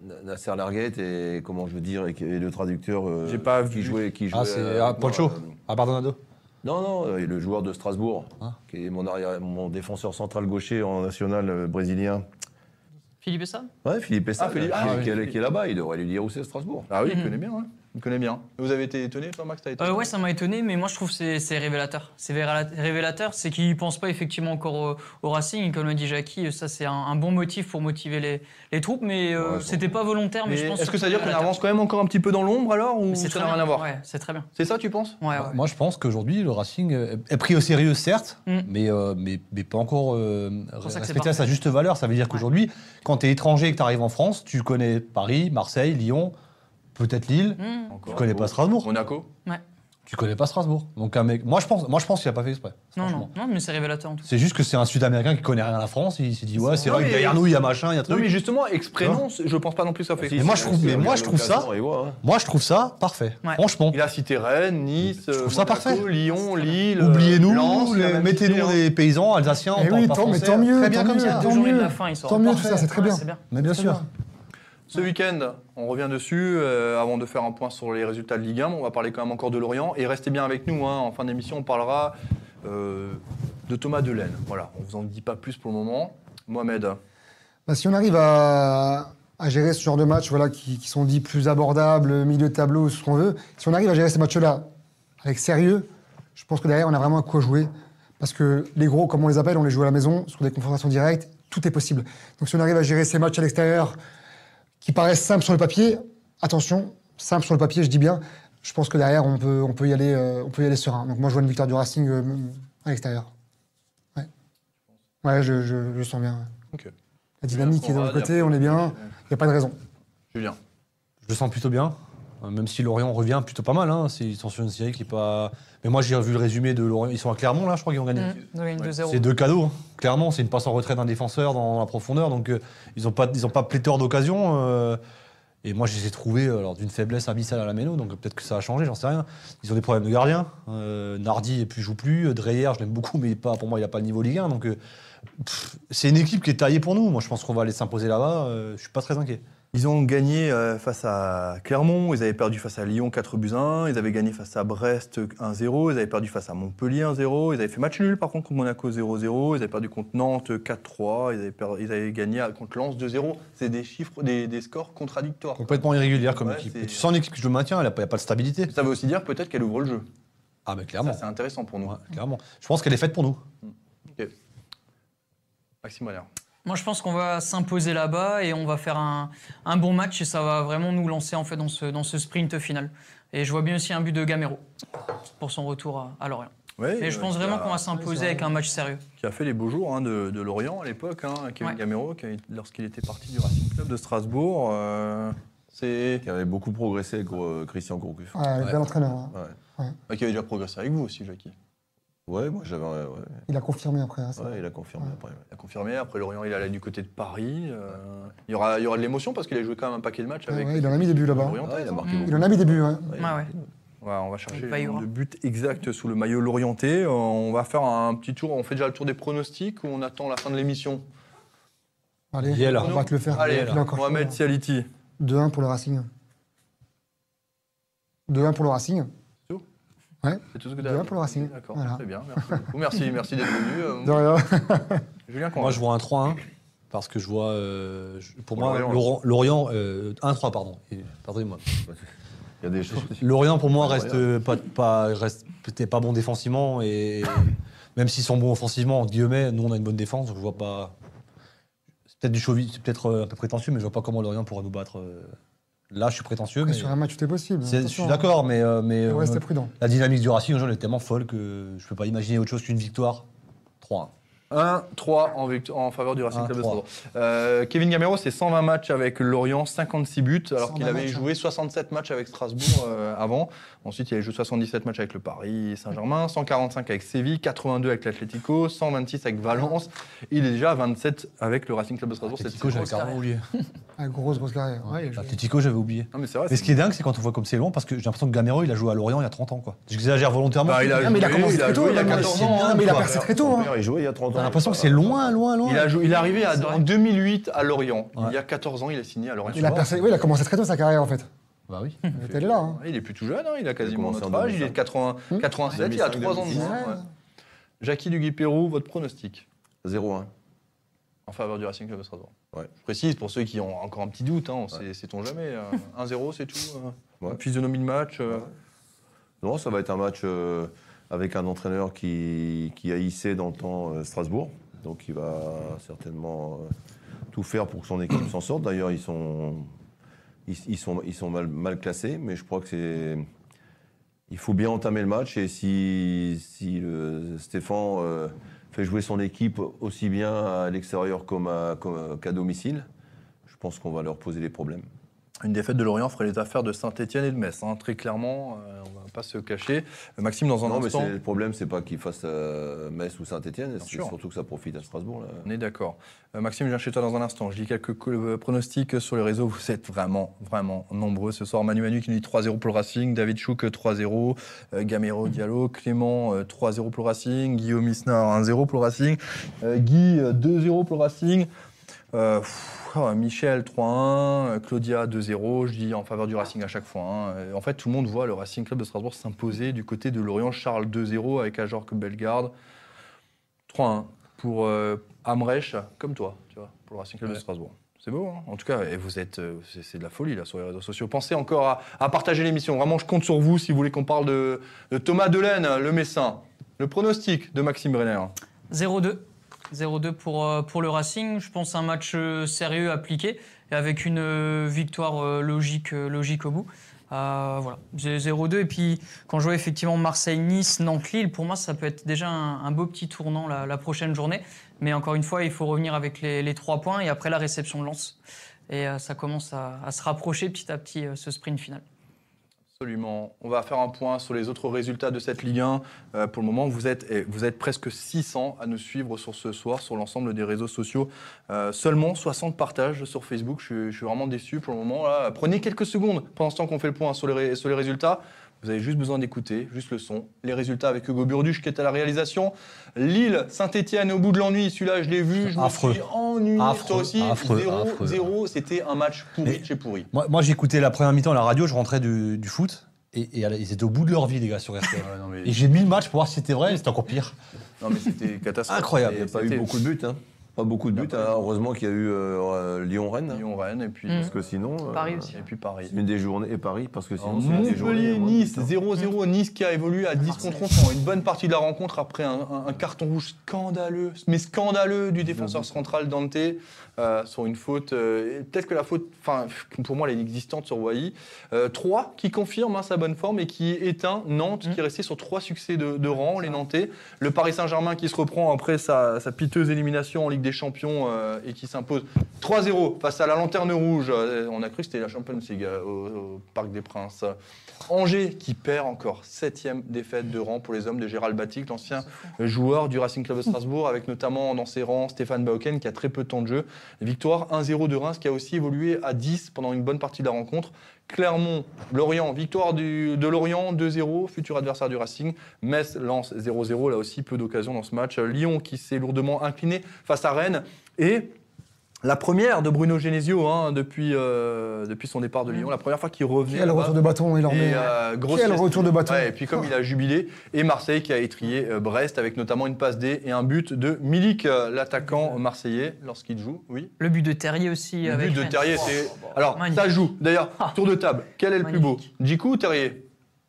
Nasser Larguette et comment je veux dire et, et le traducteur euh, J'ai pas qui vu. jouait qui jouait Ah, c'est euh, ah, Poncho, euh, à Bardonado. non non euh, le joueur de Strasbourg Ah. qui est mon arrière, mon défenseur central gaucher en national euh, brésilien. Philippe Essa Ouais, Philippe Essa, Ah, Philippe- qui, ah, qui est- oui. qui est là-bas, il devrait lui dire où c'est Strasbourg. Ah oui, il Mhm. connaît bien, hein. Il connaît bien. Vous avez été étonné, toi, Max, t'as été Euh, étonné ouais, ça m'a étonné, mais moi je trouve que c'est c'est révélateur. C'est véra- révélateur, c'est qu'il ne pense pas effectivement encore au, au Racing. Et comme l'a dit Jackie, ça c'est un, un bon motif pour motiver les, les troupes, mais euh, Ouais, c'était pas volontaire. Mais, Mais je pense est-ce que que ça veut dire qu'on révélateur. avance quand même encore un petit peu dans l'ombre alors ou Mais c'est ça très n'a bien. rien à voir Ouais, c'est très bien. C'est ça, tu penses Ouais, ouais. Bah, moi, je pense qu'aujourd'hui, le Racing euh, est pris au sérieux, certes, Mm. mais, euh, mais, mais pas encore euh, pour ça que c'est respecté à sa juste valeur. Ça veut dire qu'aujourd'hui, quand tu es étranger et que tu arrives en France, tu connais Paris, Marseille, Lyon, peut-être Lille, Mmh. tu Encore. connais pas Strasbourg. Monaco Tu connais pas Strasbourg. Donc, un mec, moi, je pense, moi, je pense qu'il a pas fait exprès. Non, franchement. non, non, mais c'est révélateur en tout cas. C'est juste que c'est un Sud-Américain qui connaît rien à la France. Il s'est dit, ouais, c'est Non, vrai que mais- derrière nous, il y a machin, il y a Non, truc. mais justement, exprès Non. non, c'est- je pense pas non plus que ça fait Si, Mais moi, si, je trouve- si, mais il moi, regarde je trouve ça- l'occasion, il voit, hein. Moi, je trouve ça parfait. Ouais. Franchement. Il a cité Rennes, Nice, Je trouve euh, ça Monaco, parfait. Lyon, Lille. Oubliez-nous, Lens, il a les- même mettez-nous cité, hein. des paysans alsaciens, on Eh parle oui, pas tant- mais français. tant mieux, Très bien tant comme mieux, ça. Deux tant journées de mieux. la fin, ils sont Tant mieux, tout parfait. ça, c'est très Ouais, bien. c'est bien. Mais bien Très sûr. bien. Ce week-end, on revient dessus, euh, avant de faire un point sur les résultats de Ligue un, on va parler quand même encore de Lorient. Et restez bien avec nous, hein, en fin d'émission, on parlera euh, de Thomas Delaine. Voilà, on vous en dit pas plus pour le moment. Mohamed, Bah, si on arrive à, à gérer ce genre de matchs voilà, qui, qui sont dits plus abordables, milieu de tableau, ce qu'on veut, si on arrive à gérer ces matchs-là avec sérieux, je pense que derrière, on a vraiment à quoi jouer. Parce que les gros, comme on les appelle, on les joue à la maison, sur des confrontations directes, tout est possible. Donc si on arrive à gérer ces matchs à l'extérieur qui paraissent simples sur le papier, attention, simples sur le papier, je dis bien, je pense que derrière, on peut, on peut, y, aller, euh, on peut y aller serein. Donc moi, je vois une victoire du Racing euh, à l'extérieur. Ouais, ouais je, je, je sens bien. ouais. Ok. La dynamique est de l'autre côté, on est bien, il n'y a pas de raison. Julien. Je le sens plutôt bien. Euh, Même si Lorient revient plutôt pas mal. Hein. C'est- Ils sont sur une série qui est pas. Mais moi, j'ai vu le résumé de Lorient. Ils sont à Clermont, là, je crois qu'ils ont gagné. Mmh. Ils ont gagné deux zéro. C'est deux cadeaux. hein. Clairement, c'est une passe en retrait d'un défenseur dans la profondeur. Donc, euh, ils n'ont pas, ils ont pas pléthore d'occasions. euh, et moi, je les ai trouvés euh, alors, d'une faiblesse abyssale à la Méno. Donc, peut-être que ça a changé, j'en sais rien. Ils ont des problèmes de gardien. Euh, Nardi, et puis, joue plus. Dreyer, je l'aime beaucoup, mais pas, pour moi, il n'a pas le niveau Ligue un. Donc, euh, pff, c'est une équipe qui est taillée pour nous. Moi, je pense qu'on va aller s'imposer là-bas. Euh, je suis pas très inquiet. Ils ont gagné euh, face à Clermont, ils avaient perdu face à Lyon quatre buts à un, ils avaient gagné face à Brest un zéro, ils avaient perdu face à Montpellier un zéro, ils avaient fait match nul par contre contre Monaco zéro zéro, ils avaient perdu contre Nantes quatre trois, ils avaient, per- ils avaient gagné à- contre Lens deux zéro. C'est des chiffres, des, des scores contradictoires. Complètement irrégulière comme Ouais, équipe. c'est- Et tu sens une équipe qui le maintient, il n'y a, pas de stabilité. Ça veut aussi dire peut-être qu'elle ouvre le jeu. Ah, mais Ça, clairement. c'est intéressant pour nous. Ouais, clairement. Je pense qu'elle est faite pour nous. Maxime Valère. Moi, je pense qu'on va s'imposer là-bas et on va faire un, un bon match et ça va vraiment nous lancer en fait dans ce, dans ce sprint final. Et je vois bien aussi un but de Gamero pour son retour à, à Lorient. Ouais, Et je euh, pense qui vraiment a- qu'on va s'imposer avec un match sérieux. Qui a fait les beaux jours hein, de, de Lorient à l'époque, hein, Kevin Ouais. Gamero, qui a- lorsqu'il était parti du Racing Club de Strasbourg. euh, c'est Qui avait beaucoup progressé avec euh, Christian Gourcuff. Ouais, Ouais. bel entraîneur. hein. Ouais. Ah, qui avait déjà progressé avec vous aussi, Jackie. Ouais, moi j'avais. Ouais, ouais. Il a confirmé après. hein, c'est Ouais, vrai. il a confirmé Ouais. après. ouais. Il a confirmé. Après, Lorient, il allait du côté de Paris. euh, il, y aura, il y aura de l'émotion parce qu'il a joué quand même un paquet de matchs Ouais, avec. ouais, il en a mis des buts là-bas. Lorient. Ouais, il a marqué Mmh. beaucoup. Il en a mis des buts, ouais. Ouais, Ouais, il a ouais. marqué. Ouais, on va chercher Avec le Bayoura. nombre de buts exact sous le maillot lorientais. Euh, On va faire un petit tour. On fait déjà le tour des pronostics ou on attend la fin de l'émission? Allez, Yel. on va te le faire. Allez, Il a encore Mohamed chaud. Sialiti. deux un pour le Racing. deux un pour le Racing. C'est tout ce que tu deux un pour le Racing. D'accord, Voilà. très bien. Merci beaucoup. Merci, merci d'être venu. Euh, De rien. Julien, comment Moi, je vois un trois un. Parce que je vois. euh, je- pour Pour moi, Lorient, Lorient, Lorient euh, un trois, pardon. Et- Pardonnez-moi. Il y a des choses. Lorient, pour moi, Ouais, reste, Lorient. euh, pas, pas, reste peut-être pas bon défensivement. Et même s'ils sont bons offensivement, entre guillemets, nous, on a une bonne défense. Donc je vois pas. C'est peut-être du chauvi- c'est peut-être euh, un peu prétentieux, mais je vois pas comment Lorient pourrait nous battre. euh. Là, je suis prétentieux. Après, Mais sur un match, tout est possible. c'est- je Attention, suis d'accord, mais, euh, mais hein. euh, Restez prudent. la dynamique du Racing, aujourd'hui, elle est tellement folle que je peux pas imaginer autre chose qu'une victoire. trois un. un trois en, victo- en faveur du Racing un Club de trois. Strasbourg. Euh, Kevin Gamero, c'est cent vingt matchs avec Lorient, cinquante-six buts, alors cent vingt qu'il avait matchs, hein. joué soixante-sept matchs avec Strasbourg euh, avant. Ensuite, il avait joué soixante-dix-sept matchs avec le Paris Saint-Germain, cent quarante-cinq avec Séville, quatre-vingt-deux avec l'Atlético, cent vingt-six avec Valence. Il est déjà à vingt-sept avec le Racing Club de Strasbourg cette Atletico, j'avais saison. carrément oublié. Ah, grosse, grosse carrière. Ouais, il a joué. L'Atlético, j'avais oublié. Non, mais c'est vrai. Mais ce qui est dingue, c'est quand on voit comme c'est long, parce que j'ai l'impression que Gamero, il a joué à Lorient il y a trente ans, quoi. J'exagère volontairement. Bah, il a Ah, mais il a joué, commencé il a très tôt, joué, il a non, mais quatorze c'est ans. bien, hein, mais il a quoi. percé très tôt. Mon Hein. père, il jouait il y a trente ans. J'ai l'impression que c'est loin, loin, loin. Il, a joué, il est arrivé à- C'est vrai. en deux mille huit à Lorient. Ouais. Il y a quatorze ans, il a signé à Lorient. Il a, percé, oui, il a commencé très tôt sa carrière, en fait. Bah oui. Il était là. Hein. Il est plus tout jeune, hein, il a quasiment commencé notre en âge, il est de deux quatre-vingts, Mmh. quatre-vingt-sept, il a deux mille cinq, trois ans de deux mille moins. six. ouais. Jackie Duguay-Pérou, votre pronostic zéro un. en faveur du Racing Club de Strasbourg. Ouais. Je précise pour ceux qui ont encore un petit doute, hein, on Ouais. sait- sait-on jamais. euh, un zéro, c'est tout. euh, Ouais. Physionomie de match. euh, Non, ça va être un match euh, avec un entraîneur qui, qui a hissé dans le temps euh, Strasbourg. Donc il va certainement euh, tout faire pour que son équipe s'en sorte. D'ailleurs, ils sont, ils, ils sont, ils sont mal, mal classés, mais je crois que c'est. Il faut bien entamer le match et si, si le Stéphane euh, fait jouer son équipe aussi bien à l'extérieur comme à- comme à- qu'à domicile, je pense qu'on va leur poser des problèmes. Une défaite de Lorient ferait les affaires de Saint-Etienne et de Metz, hein, très clairement, euh, on ne va pas se cacher. Euh, Maxime, dans un Non, mais instant, c'est- le problème, c'est pas qu'ils fassent euh, Metz ou Saint-Etienne, c'est sûr. surtout que ça profite à Strasbourg. Là. on est d'accord. Euh, Maxime, je viens chez toi dans un instant. Je lis quelques co- euh, pronostics sur les réseaux. Vous êtes vraiment, vraiment nombreux ce soir. Manu Manu qui nous dit trois zéro pour le Racing, David Chouk trois zéro, euh, Gamero Diallo, Clément euh, trois zéro pour le Racing, Guillaume Isnard un zéro pour le Racing, euh, Guy euh, deux zéro pour le Racing. Euh, pff, oh, Michel trois un, euh, Claudia deux zéro, je dis en faveur du Racing à chaque fois. hein. Euh, En fait, tout le monde voit le Racing Club de Strasbourg s'imposer du côté de Lorient. Charles deux zéro avec Ajorc Bellegarde. trois un pour euh, Amrech, comme toi, tu vois, pour le Racing Club Ouais. de Strasbourg. C'est beau, hein. En tout cas, et vous êtes, euh, c'est, c'est de la folie là sur les réseaux sociaux. Pensez encore à, à partager l'émission. Vraiment, je compte sur vous si vous voulez qu'on parle de, de Thomas Delaine, le Messin. Le pronostic de Maxime Brenner. zéro deux. zéro deux pour, euh, pour le Racing. Je pense un match euh, sérieux, appliqué, et avec une euh, victoire euh, logique, euh, logique au bout. Euh, voilà, j'ai zéro deux. Et puis, quand je vois effectivement Marseille-Nice, Nantes-Lille, pour moi, ça peut être déjà un, un beau petit tournant la, la prochaine journée. Mais encore une fois, il faut revenir avec les, les trois points et après la réception de Lens. Et euh, ça commence à, à se rapprocher petit à petit, euh, ce sprint final. Absolument. On va faire un point sur les autres résultats de cette Ligue un. Euh, pour le moment, vous êtes, eh, vous êtes presque six cents à nous suivre sur ce soir, sur l'ensemble des réseaux sociaux. Euh, seulement soixante partages sur Facebook. Je suis, je suis vraiment déçu pour le moment. Là. Prenez quelques secondes pendant ce temps qu'on fait le point sur les, ré- sur les résultats. Vous avez juste besoin d'écouter, juste le son. Les résultats avec Hugo Burduche qui est à la réalisation. Lille, Saint-Etienne au bout de l'ennui. Celui-là, je l'ai vu. Je Affreux. me suis ennuyé. Affreux, Toi aussi, affreux, zéro affreux. zéro. C'était un match pourri Mais- de chez pourri. Moi, moi j'écoutais la première mi-temps à la radio, je rentrais du, du foot, et, et ils étaient au bout de leur vie, les gars, sur R T L. Ouais, non, mais, Et j'ai mis le match pour voir si c'était vrai, et c'était encore pire. non, mais c'était catastrophique. Incroyable. Il n'y a pas eu C'était- beaucoup de buts. Hein. Pas beaucoup de buts. Il y a pas hein. eu- Heureusement qu'il y a eu euh, Lyon-Rennes. Lyon-Rennes et puis, Mm. Parce que sinon. euh, Paris aussi. et puis Paris. c'est une des journées. Et Paris, parce que sinon. Alors, c'est une des journées, Montpellier, moins de Nice, buts, hein. zéro zéro. Nice qui a évolué à dix Marseille. contre onze pendant une bonne partie de la rencontre après un, un- un carton rouge scandaleux, mais scandaleux du défenseur central Dante euh, sur une faute. euh, et Peut-être que la faute, enfin, pour moi, elle est inexistante sur Wai. Euh, trois qui confirme hein, sa bonne forme et qui éteint Nantes, Mm. qui est resté sur trois succès de, de rang, les Nantais. Le Paris Saint-Germain qui se reprend après sa, sa piteuse élimination en Ligue des Champions euh, et qui s'impose trois zéro face à la Lanterne Rouge. Euh, On a cru que c'était la Champions League euh, au, au Parc des Princes. Angers qui perd encore septième défaite de rang pour les hommes de Gérald Batic, l'ancien joueur du Racing Club de Strasbourg, avec notamment dans ses rangs Stéphane Bauken qui a très peu de temps de jeu. Victoire un zéro de Reims qui a aussi évolué à dix pendant une bonne partie de la rencontre. Clermont, Lorient, victoire du, de Lorient deux zéro, futur adversaire du Racing. Metz, Lens zéro zéro, là aussi peu d'occasions dans ce match. Lyon qui s'est lourdement incliné face à Rennes. Et la première de Bruno Genesio hein, depuis, euh, depuis son départ de Lyon, la première fois qu'il revenait. Quel là-bas. retour de bâton il en Et, met. euh, grosse Quel festival. retour de bâton. Ouais, et puis comme il a jubilé, et Marseille qui a étrié euh, Brest avec notamment une passe D et un but de Milik, euh, l'attaquant marseillais, lorsqu'il joue. Oui. Le but de Terrier aussi. Le avec but de Rennes. Terrier, Oh, c'est. oh, oh, Alors, magnifique. ça joue. D'ailleurs, Ah. tour de table. Quel est le plus beau Magnifique. Djikou ou Terrier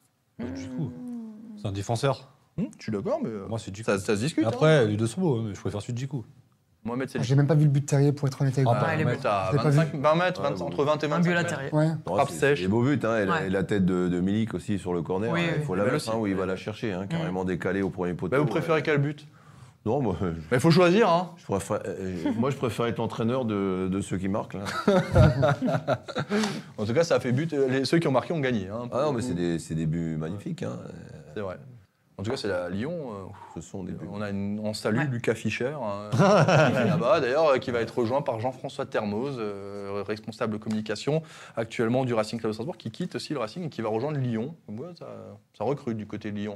Du coup, c'est un défenseur. Hum, Je suis d'accord, mais euh, Moi, c'est Djikou. ça, ça se discute. hein. Après, les deux sont beaux, hein, mais je préfère celui de Djikou. Mohamed Ah, Selic. J'ai même pas vu le but de Terrier pour être honnête avec Ah, vous. bah, il est Mohamed à Je l'ai pas vingt-cinq, vingt mètres, Ouais, vingt-cinq, ouais. entre vingt et Un but à vingt-cinq Terrier. Ouais. Non, Frappe c'est- sèche. C'est des beaux buts. Hein, et, la, Ouais. et la tête de, de Milik aussi sur le corner. Oui, hein, il oui. faut la Belle mettre aussi. hein, où il va la chercher. Hein, carrément décalé au premier poteau. Bah, vous préférez ouais. quel but Non, moi, je, Il faut choisir. Hein. je préfère, euh, moi, je préfère être l'entraîneur de, de ceux qui marquent. Là. En tout cas, ça a fait but. Les- ceux qui ont marqué ont gagné. Hein, Ah non, mais c'est des, c'est des buts magnifiques. Hein. C'est vrai. En tout cas, c'est la Lyon. euh, Ce sont des buts. On, a une- on salue Ouais. Lucas Fischer, hein, qui est là-bas d'ailleurs, euh, qui va être rejoint par Jean-François Termoz, euh, responsable communication actuellement du Racing Club de Strasbourg, qui quitte aussi le Racing et qui va rejoindre Lyon. Donc, ouais, ça, ça recrute du côté de Lyon.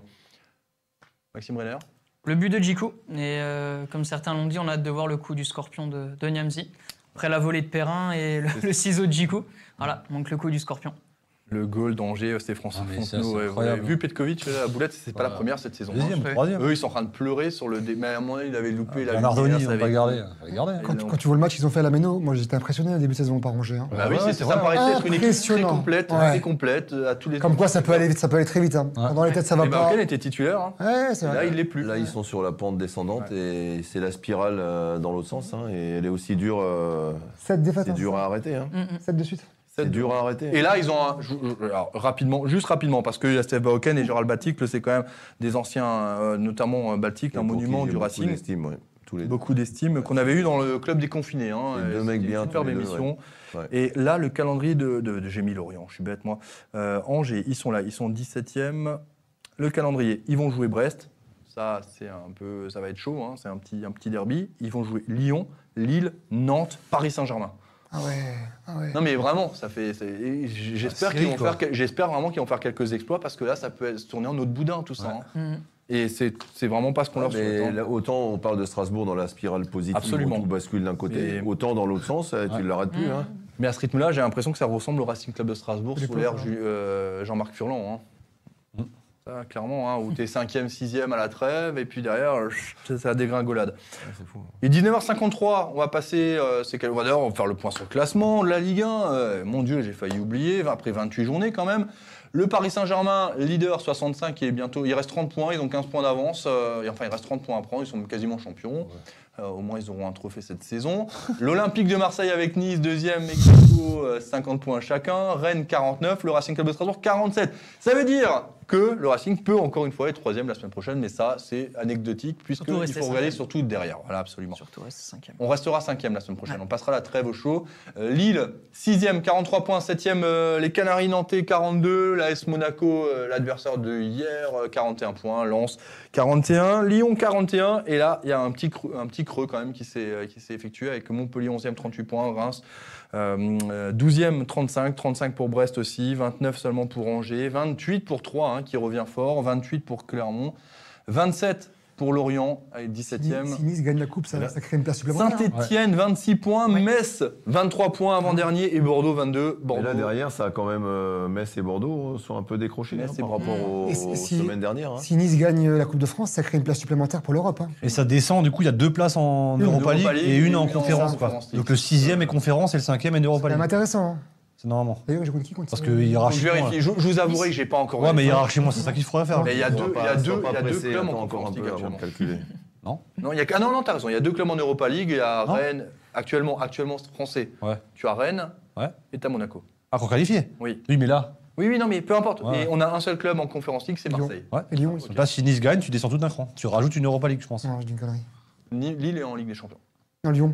Maxime Renner. Le but de Djikou. Et euh, comme certains l'ont dit, on a hâte de voir le coup du scorpion de, de Niamzi. Après la volée de Perrin et le, le ciseau de Djikou. Voilà, donc le coup du scorpion. Le goal d'Angers, c'était François Ah, mais ça, Fontenot. c'est ouais, vous incroyable. avez vu Petkovic, la boulette, c'est pas la Voilà. première cette saison. Deuxième, hein. troisième. Eux, ils sont en train de pleurer sur le. Dé... Mais à un moment donné, il avait loupé la Bernardoni, lumière, ils ça n'ont pas avait- gardé. Fallait garder. hein. Et Quand, donc- quand tu vois le match qu'ils ont fait à la Méno, moi j'étais impressionné au début de saison par Angers. hein. Bah oui, Ouais, c'est- c'est ça vrai. paraissait être une équipe très Impressionnant. complète, Ouais. très complète, à tous les Comme quoi ça peut aller vite, ça peut aller très vite. Hein. Ouais. Dans les têtes ça va Et pas. Barken était titulaire, hein. Ouais, c'est Et là vrai. il l'est plus. Là, ils sont sur la pente descendante et c'est la spirale euh, dans l'autre sens. hein, et elle est aussi dure. euh, sept défaites. c'est hein. dur à arrêter. hein. Mm, mm. sept de suite. C'est dur à arrêter. Et là, ils ont un. je- je- alors, rapidement, juste rapidement, parce que Steve Bauken et Gérald Baticle, c'est quand même des anciens, euh, notamment euh, Baticle, Et un pour qui monument j'ai du beaucoup Racing. d'estime, ouais, tous les deux. Beaucoup d'estime qu'on avait eu dans le club des confinés. Hein, Les deux Et mecs c'était bien, une superbe tous les deux, émission. ouais. Ouais. Et là, le calendrier de, de, de- j'ai mis Lorient, je suis bête moi. Euh, Angers, ils sont là, ils sont dix-septième. Le calendrier, ils vont jouer Brest. Ça, c'est un peu, ça va être chaud. Hein, c'est un petit, un petit derby. Ils vont jouer Lyon, Lille, Nantes, Paris Saint-Germain. Ah ouais. Ah ouais. Non mais vraiment, ça fait. c'est- et J'espère Ah, qu'ils vont série, quoi. faire. quel- J'espère vraiment qu'ils vont faire quelques exploits parce que là, ça peut se tourner en autre boudin tout ça. Ouais. hein. Mm. Et c'est c'est vraiment pas ce qu'on leur Mais souhaite. hein. là, autant on parle de Strasbourg dans la spirale positive Absolument. où tout bascule d'un côté, Mais- autant dans l'autre sens, euh, tu Ouais. ne l'arrêtes plus. Hein. Mais à ce rythme-là, j'ai l'impression que ça ressemble au Racing Club de Strasbourg Les sous l'ère pauvres, Ju- euh, Jean-Marc Furlan. hein. Mm. Ça, clairement, hein, où t'es cinquième, sixième à la trêve, et puis derrière, euh, c'est la dégringolade. Ouais, c'est fou. Et dix-neuf heures cinquante-trois, on va passer, euh, c'est quel... on va d'ailleurs on va faire le point sur le classement de la Ligue un. Euh, mon Dieu, j'ai failli oublier, après vingt-huit journées quand même. Le Paris Saint-Germain, leader soixante-cinq, il est bientôt, il reste trente points, ils ont quinze points d'avance. euh, et enfin, il reste trente points à prendre, ils sont quasiment champions. Euh, au moins, ils auront un trophée cette saison. L'Olympique de Marseille avec Nice, deuxième, Mexico, euh, cinquante points chacun. Rennes, quarante-neuf. Le Racing Club de Strasbourg, quarante-sept. Ça veut dire que le Racing peut encore une fois être troisième la semaine prochaine, mais ça, c'est anecdotique, Surtout puisqu'il rester faut regarder cinquième. surtout derrière. Voilà, absolument. Surtout reste cinquième. On restera cinquième la semaine prochaine. Ouais. On passera la trêve au chaud. Euh, Lille, sixième, quarante-trois points. Septième, euh, les Canaries nantais, quarante-deux. L'A S Monaco, euh, l'adversaire de hier, euh, quarante et un points. Lens, quarante et un. Lyon, quarante et un. Et là, il y a un petit creux, un petit creux quand même qui s'est euh, qui s'est effectué avec Montpellier, onzième, trente-huit points. Reims, euh, euh, douzième, trente-cinq. trente-cinq pour Brest aussi. vingt-neuf seulement pour Angers. vingt-huit pour Troyes, hein, qui revient fort. vingt-huit pour Clermont. vingt-sept pour Lorient, avec dix-septième. Si Nice gagne la coupe, ça, ça crée une place supplémentaire. Saint-Etienne, vingt-six points. Oui. Metz, vingt-trois points avant-dernier. Et Bordeaux, vingt-deux. Et Bordeaux. là derrière, ça a quand même euh, Metz et Bordeaux euh, sont un peu décrochés Metz hein, et par Bordeaux. rapport aux, Et si- aux si- semaines dernières. hein. Si Nice gagne la Coupe de France, ça crée une place supplémentaire pour l'Europe. hein. Et ça descend, du coup, il y a deux places en Une Europa League Europa League et une et en une en conférence. quoi. Conference League. Donc le sixième est conférence et le cinquième est C'est Europa quand même League. intéressant. hein. C'est normalement. D'ailleurs, je compte qui continue. Parce que Donc, je, hiérarchiquement. vérifie. Je, je vous avouerai que j'ai pas encore. Ouais, mais vérifié. hiérarchiquement, c'est ça qu'il faudrait faire. Mais il y a On va deux, pas- il y a sois deux, pas il y a deux pressé, clubs attends en encore un Conference League peu avant de actuellement. calculer. Non, il y a ah non non, t'as raison. Il y a deux clubs en Europa League. Il y a Non. Rennes actuellement, actuellement français. Ouais. Tu as Rennes. Ouais. Et tu as Monaco. Ah, qu'on qualifié. Oui. Oui, mais là, Oui oui non mais peu importe. Ouais. Et on a un seul club en Conference League, c'est Lyon. Marseille. ouais. Et Lyon, ils sont. Ok. Là, si Nice gagne, tu descends tout d'un cran. Tu rajoutes une Europa League, je pense. Non, je dis une connerie. Ni- Lille est en Ligue des Champions. Non, Lyon.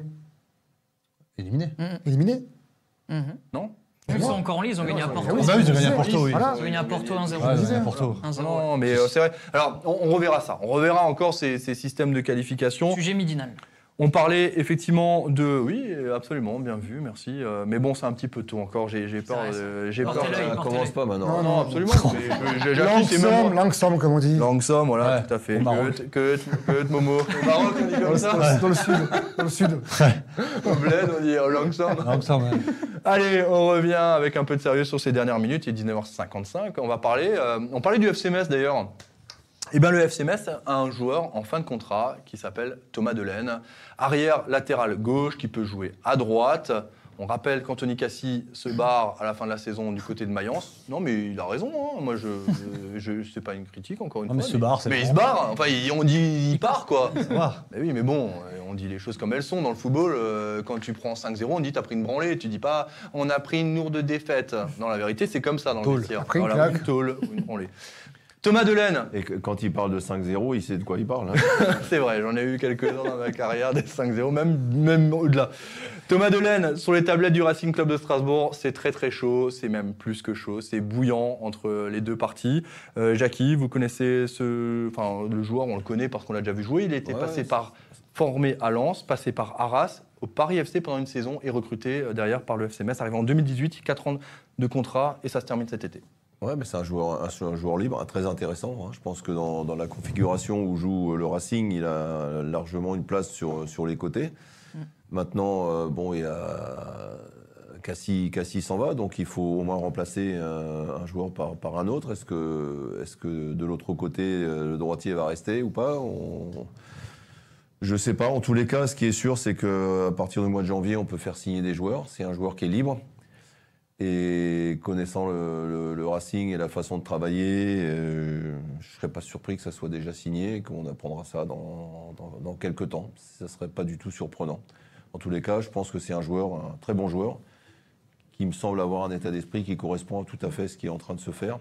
Éliminé. Éliminé. Mhm. Non. Ils moi- sont encore en lice, ils ont Ah gagné non, à ils Porto. ont- Ah bah oui, ils ont gagné à disais, Porto, oui. Voilà. Ils ont gagné à Porto un zéro. Ouais, disais. ouais, Porto. un zéro. Non, mais euh, c'est vrai. Alors, on, on reverra ça. On reverra encore ces, ces systèmes de qualification. Sujet midinal. On parlait effectivement de... Oui, absolument, bien vu, merci. Euh, mais bon, c'est un petit peu tôt encore. J'ai j'ai peur... Ça reste. euh, j'ai peur. Portez l'œil, de- Ça portez commence l'œil. pas maintenant. Non, Non, non, absolument. Mais je- j'ai- J'appuie, c'est même Langsomme, moi. Langsomme, comme on dit. Langsomme, voilà, Ouais, tout à fait. au Maroc. Que, que, que, Momo. Au Maroc, on dit Dans comme le, ça. dans le- dans le sud. Dans le sud. Au Bled, on dit euh, Langsomme. Non, ça, ouais. Allez, on revient avec un peu de sérieux sur ces dernières minutes. Il est dix-neuf heures cinquante-cinq. On va parler. euh, on parlait du F C Metz d'ailleurs. Eh bien, le F C Metz a un joueur en fin de contrat qui s'appelle Thomas Delaine, arrière latéral gauche qui peut jouer à droite. On rappelle qu'Anthony Cassi se barre à la fin de la saison du côté de Mayence. Non, mais il a raison. Hein. Moi, je, je, je c'est pas une critique encore une Non, mais fois. se barre, c'est mais bon. il se barre. Enfin, il- on dit il part quoi. Ça va. Mais oui, mais bon, on dit les choses comme elles sont. Dans le football, euh, quand tu prends cinq zéro, on dit t'as pris une branlée. Tu dis pas on a pris une lourde défaite. Non, la vérité, c'est comme ça dans le Tôle. vestiaire. Après une Voilà, claque. une tôle ou une branlée. Thomas Delaine, Et que- quand il parle de cinq zéro, il sait de quoi il parle. hein. c'est vrai, j'en ai eu quelques-uns dans ma carrière, des cinq zéro, même, même au-delà. Thomas Delaine, sur les tablettes du Racing Club de Strasbourg, c'est très très chaud, c'est même plus que chaud, c'est bouillant entre les deux parties. Euh, Jackie, vous connaissez ce, enfin, le joueur, on le connaît parce qu'on l'a déjà vu jouer, il était Ouais, passé c'est- par, formé à Lens, passé par Arras, au Paris F C pendant une saison et recruté euh, derrière par le F C Metz, arrivé en deux mille dix-huit, quatre ans de contrat et ça se termine cet été. Ouais, mais c'est un joueur, un, un joueur libre, très intéressant. hein. Je pense que dans, dans la configuration où joue le Racing, il a largement une place sur, sur les côtés. Mm. Maintenant, euh, bon, il y a Cassie, Cassie s'en va, donc il faut au moins remplacer un, un joueur par, par un autre. Est-ce que, est-ce que de l'autre côté, euh, le droitier va rester ou pas On... Je sais pas. En tous les cas, ce qui est sûr, c'est qu'à partir du mois de janvier, on peut faire signer des joueurs. C'est un joueur qui est libre. Et connaissant le, le- le Racing et la façon de travailler, euh, je ne serais pas surpris que ça soit déjà signé et qu'on apprendra ça dans, dans, dans quelques temps. Ça ne serait pas du tout surprenant. En tous les cas, je pense que c'est un joueur, un très bon joueur, qui me semble avoir un état d'esprit qui correspond tout à fait à ce qui est en train de se faire.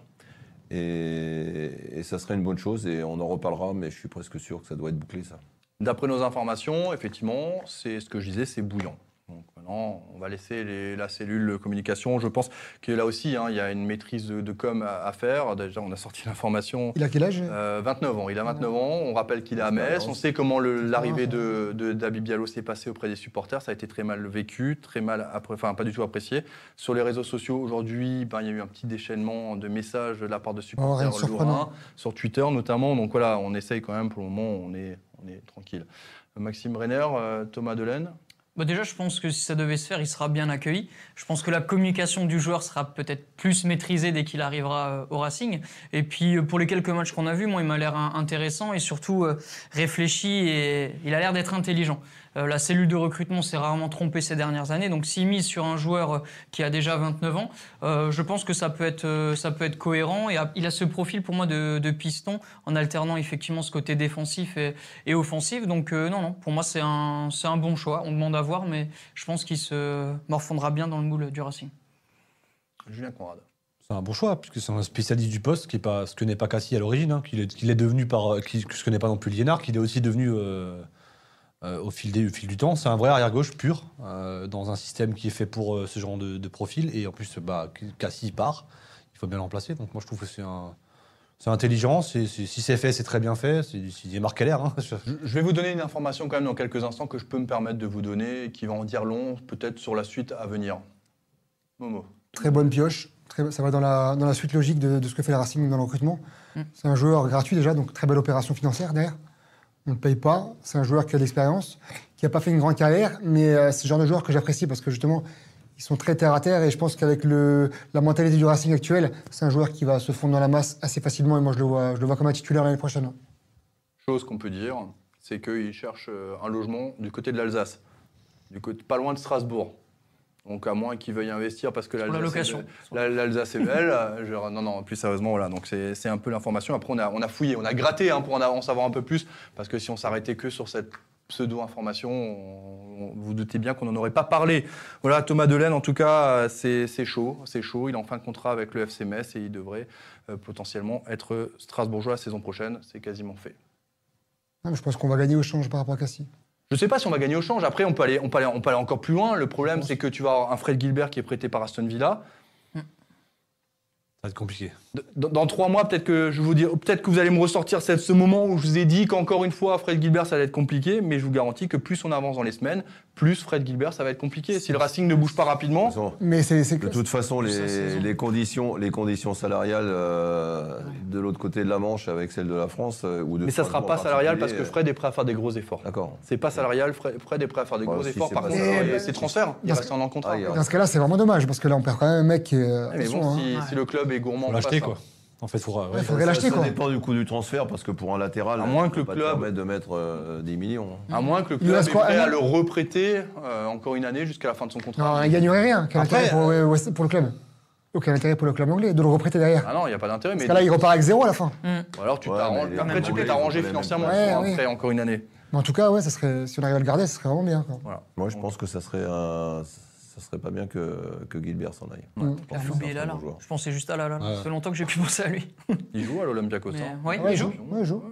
Et, et ça serait une bonne chose et on en reparlera, mais je suis presque sûr que ça doit être bouclé, ça. D'après nos informations, effectivement, c'est ce que je disais, c'est bouillant. Donc maintenant, on va laisser les- la cellule communication. Je pense que là aussi, hein, il y a une maîtrise de, de com à, à faire. Déjà, on a sorti l'information. Il a quel âge Euh, vingt-neuf ans. Il a vingt-neuf ans. On rappelle qu'il est à Metz. On sait comment le- l'arrivée de, de d'Habib Diallo s'est passée auprès des supporters. Ça a été très mal vécu, très mal, appré- enfin pas du tout apprécié. Sur les réseaux sociaux aujourd'hui, ben, il y a eu un petit déchaînement de messages de la part de Oh, supporters rien de surprenant. lorrains, sur Twitter notamment. Donc voilà, on essaye quand même. Pour le moment, on est, on est tranquille. Maxime Renner, euh, Thomas Delaine. Bah déjà, je pense que si ça devait se faire, il sera bien accueilli. Je pense que la communication du joueur sera peut-être plus maîtrisée dès qu'il arrivera euh, au Racing. Et puis, euh, pour les quelques matchs qu'on a vus, moi, il m'a l'air in- intéressant et surtout euh, réfléchi et il a l'air d'être intelligent. Euh, la cellule de recrutement s'est rarement trompée ces dernières années. Donc, s'il mise sur un joueur euh, qui a déjà vingt-neuf ans, euh, je pense que ça peut être, euh, ça peut être cohérent. Et a- il a ce profil, pour moi, de, de piston en alternant effectivement ce côté défensif et, et offensif. Donc, euh, non, non, pour moi, c'est un, c'est un bon choix. On demande à voir, mais je pense qu'il se morfondra bien dans le moule du Racing. Julien Conrad. C'est un bon choix, puisque c'est un spécialiste du poste, qui est pas, ce que n'est pas Cassie à l'origine, hein, qu'il est, qu'il est devenu par. Qui, ce que n'est pas non plus Liénard, qu'il est aussi devenu euh, euh, au, fil des, au fil du temps. C'est un vrai arrière-gauche pur, euh, dans un système qui est fait pour euh, ce genre de, de profil. Et en plus, bah, Cassie part, il faut bien le remplacer. Donc moi, je trouve que c'est un. C'est intelligent, c'est, c'est- si c'est fait, c'est très bien fait. C'est, c'est Marc Keller. Hein. Je, je vais vous donner une information quand même dans quelques instants que je peux me permettre de vous donner et qui va en dire long, peut-être sur la suite à venir. Momo. Très bonne pioche. Très, ça va dans la, dans la suite logique de, de ce que fait le Racing dans le recrutement. Mm. C'est un joueur gratuit déjà, donc très belle opération financière derrière. On ne paye pas. C'est un joueur qui a de l'expérience, qui n'a pas fait une grande carrière, mais euh, c'est le genre de joueur que j'apprécie parce que justement, ils sont très terre à terre et je pense qu'avec le, la mentalité du Racing actuel, c'est un joueur qui va se fondre dans la masse assez facilement et moi je le vois, je le vois comme un titulaire l'année prochaine. Chose qu'on peut dire, c'est qu'il cherche euh, un logement du côté de l'Alsace, du côté, pas loin de Strasbourg. Donc à moins qu'il veuille investir parce que Pour la l'Alsace location. est, la- l'Alsace est belle. euh, je- non, non, plus sérieusement, voilà. Donc c'est c'est un peu l'information. Après, on a, on a fouillé, on a gratté hein, pour en, en savoir un peu plus. Parce que si on s'arrêtait que sur cette pseudo-information, on- on- vous vous doutez bien qu'on n'en aurait pas parlé. Voilà, Thomas Delaine, en tout cas, euh, c'est c'est chaud. C'est chaud. Il est en fin de contrat avec le F C Metz et il devrait euh, potentiellement être strasbourgeois la saison prochaine. C'est quasiment fait. Non, mais je pense qu'on va gagner au change par rapport à Cassie. Je ne sais pas si on va gagner au change. Après, on peut aller, on peut aller, on peut aller encore plus loin. Le problème, c'est que tu vas avoir un Fred Gilbert qui est prêté par Aston Villa. Ça va être compliqué. Dans, dans trois mois, peut-être que je vous dis, peut-être que vous allez me ressortir cette- ce moment où je vous ai dit qu'encore une fois, Fred Gilbert, ça allait être compliqué. Mais je vous garantis que plus on avance dans les semaines, plus Fred Gilbert, ça va être compliqué. Si le Racing ne bouge pas De rapidement, toute façon, Mais c'est c'est de que- toute façon, Ça, les, c'est- les conditions, les conditions salariales euh, de l'autre côté de la Manche avec celles de la France euh, ou de mais ça ne sera Strasbourg pas en salarial parce que particulier, Fred est prêt à faire des gros efforts. euh, D'accord. C'est pas salarial, Fred, Fred est prêt à faire des Ouais, gros si efforts. c'est Par pas contre, salarial, c'est transfert. Il parce reste en contrat. Ah, il y a- dans ce cas-là, c'est vraiment dommage parce que là, on perd quand même un mec qui est. Eh, mais bon, attention, hein. si, Ouais. si le club est gourmand, Faut en l'acheter, face, quoi. En fait, il faudra. Ouais, ouais. faudrait Ça- l'acheter, ça quoi. dépend du coût du transfert parce que pour un latéral, À moins on que le peut pas te club- permettre de mettre euh, dix millions. hein. À moins que le Il club reste est quoi, prêt un à an le reprêter euh, encore une année jusqu'à la fin de son Non, contrat. il gagnerait rien. Quel Après, intérêt pour, ouais, West- pour le club Aucun intérêt pour le club anglais de le reprêter derrière. Ah non, il n'y a pas d'intérêt. Mais Parce que là, il repart avec zéro à la fin. Ou alors tu Ouais, t'arranges. mais les Après, mêmes tu peux Anglais, t'arranger ils ont les mêmes financièrement problèmes. pour Ouais, après encore une année. Mais en tout cas, ouais, ça serait, si on arrive à le garder, ça serait vraiment bien. Quoi. Voilà. Moi, je pense que ça serait, un- ça serait pas bien que, que Gilbert s'en aille. Mm. Je pense Il a que c'est oublié un là, très là. bon joueur. Je pensais juste à là, là. Ouais. Ça fait longtemps que j'ai pu penser à lui. Il joue à l'Olympiaquos. Mais, hein. ouais, Ouais, il joue. Ouais, il joue. Ouais,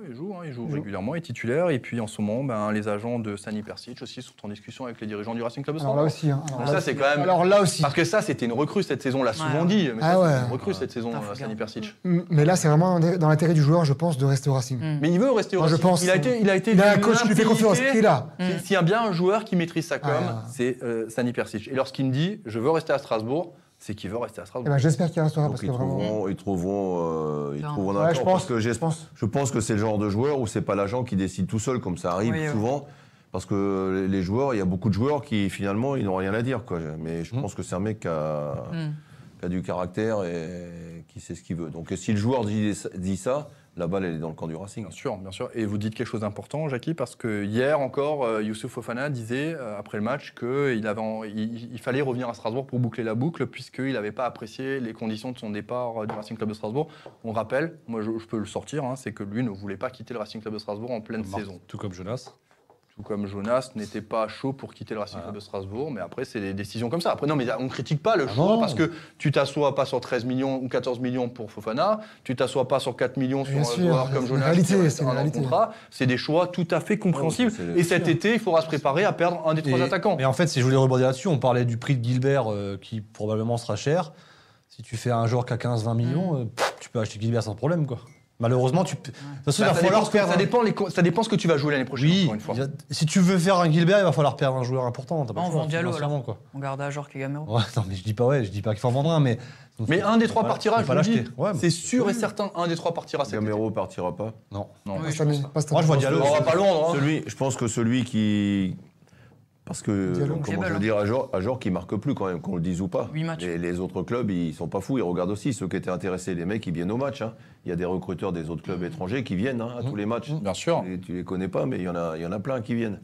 il joue, hein, il joue Il joue. régulièrement, il est titulaire. Et puis en ce moment, ben, les agents de Sani Persic aussi sont en discussion avec les dirigeants du Racing Club de Alors là Strasbourg. aussi. Hein. Alors Donc là ça, aussi. c'est quand même- Alors là aussi. Parce que ça, c'était une recrue cette saison, on l'a souvent Ouais. dit. Mais Ah ça, ouais. c'était une recrue cette saison, Putain, faut euh, Sani garder. Persic. Mais là, c'est vraiment dans l'intérêt du joueur, je pense, de rester au Racing. Mm. Mais il veut rester au Moi, je Racing. pense- Il a été, il a été Il a un d'une coach qui lui fait confiance, limpidité. qui est là. Mm. S'il y a bien un joueur qui maîtrise sa com, Ah. c'est euh, Sani Persic. Et lorsqu'il me dit je veux rester à Strasbourg, c'est qu'il veut rester à Eh Strasbourg. ben, j'espère qu'il restera Donc parce ils que vraiment. trouveront, ils trouveront, euh, ils Non. trouveront un Ouais, accord. je pense, parce que je j'espère- pense. je pense que c'est le genre de joueur où c'est pas l'agent qui décide tout seul, comme ça arrive Oui, oui. souvent. Parce que les joueurs, il y a beaucoup de joueurs qui finalement ils n'ont rien à dire, quoi. Mais je Mm. pense que c'est un mec qui a, Mm. qui a du caractère et qui sait ce qu'il veut. Donc si le joueur dit, dit ça, la balle elle est dans le camp du Racing. Bien sûr, bien sûr. Et vous dites quelque chose d'important, Jackie, parce que hier encore, euh, Youssouf Fofana disait, euh, après le match, qu'il avait en- il, il fallait revenir à Strasbourg pour boucler la boucle, puisqu'il n'avait pas apprécié les conditions de son départ euh, du Racing Club de Strasbourg. On rappelle, moi je, je peux le sortir, hein, c'est que lui ne voulait pas quitter le Racing Club de Strasbourg en pleine Marc, saison. Tout comme Jonas. Tout comme Jonas n'était pas chaud pour quitter le Racing Voilà. Club de Strasbourg, mais après c'est des décisions comme ça. Après non, mais on critique pas le Ah choix non. parce que tu t'assois pas sur treize millions ou quatorze millions pour Fofana, tu t'assois pas sur quatre millions sur Bien un sûr, joueur comme c'est Jonas une réalité, qui reste c'est une un an de réalité. contrat. C'est des choix tout à fait compréhensibles. Ouais, c'est- Et cet été, il faudra se préparer à perdre un des trois Et- attaquants. Mais en fait, si je voulais rebondir là-dessus, on parlait du prix de Gilbert euh, qui probablement sera cher. Si tu fais un joueur qui a quinze vingt millions, euh, pff, tu peux acheter Gilbert sans problème, quoi. Malheureusement, tu peux. De toute façon, Bah, il va ça, falloir dépend ce que- perdre. ça, dépend les co- ça dépend ce que tu vas jouer l'année prochaine, Oui, encore une fois. il va- si tu veux faire un Gilbert, il va falloir perdre un joueur important. T'as pas Ah, le on choix, vend Diallo, financièrement, quoi. On garde à Jorge et Gamero. Ouais, non, mais je dis pas ouais, je dis pas qu'il faut en vendre un, mais. Mais un des trois Voilà, partira, faut je pas vous le dis. l'acheter. Ouais, mais- C'est sûr et certain, un des trois partira cet été. Gamero partira pas. Non. Non. Oui, Pas je cette année, pense pas. pas cette Moi, je vois année. Diallo. On va pas le vendre. hein. Celui, je pense que celui qui. Parce que, Diallo, comment Diallo. je veux dire, à Jorge, à Jorge, qui marque plus quand même, qu'on le dise ou pas. Huit matchs. Les, les autres clubs, ils sont pas fous, ils regardent aussi. Ceux qui étaient intéressés, les mecs, ils viennent au match. Hein. Il y a des recruteurs des autres clubs étrangers qui viennent hein, à tous les matchs. Bien sûr. Et tu les connais pas, mais il y en a, il y en a plein qui viennent.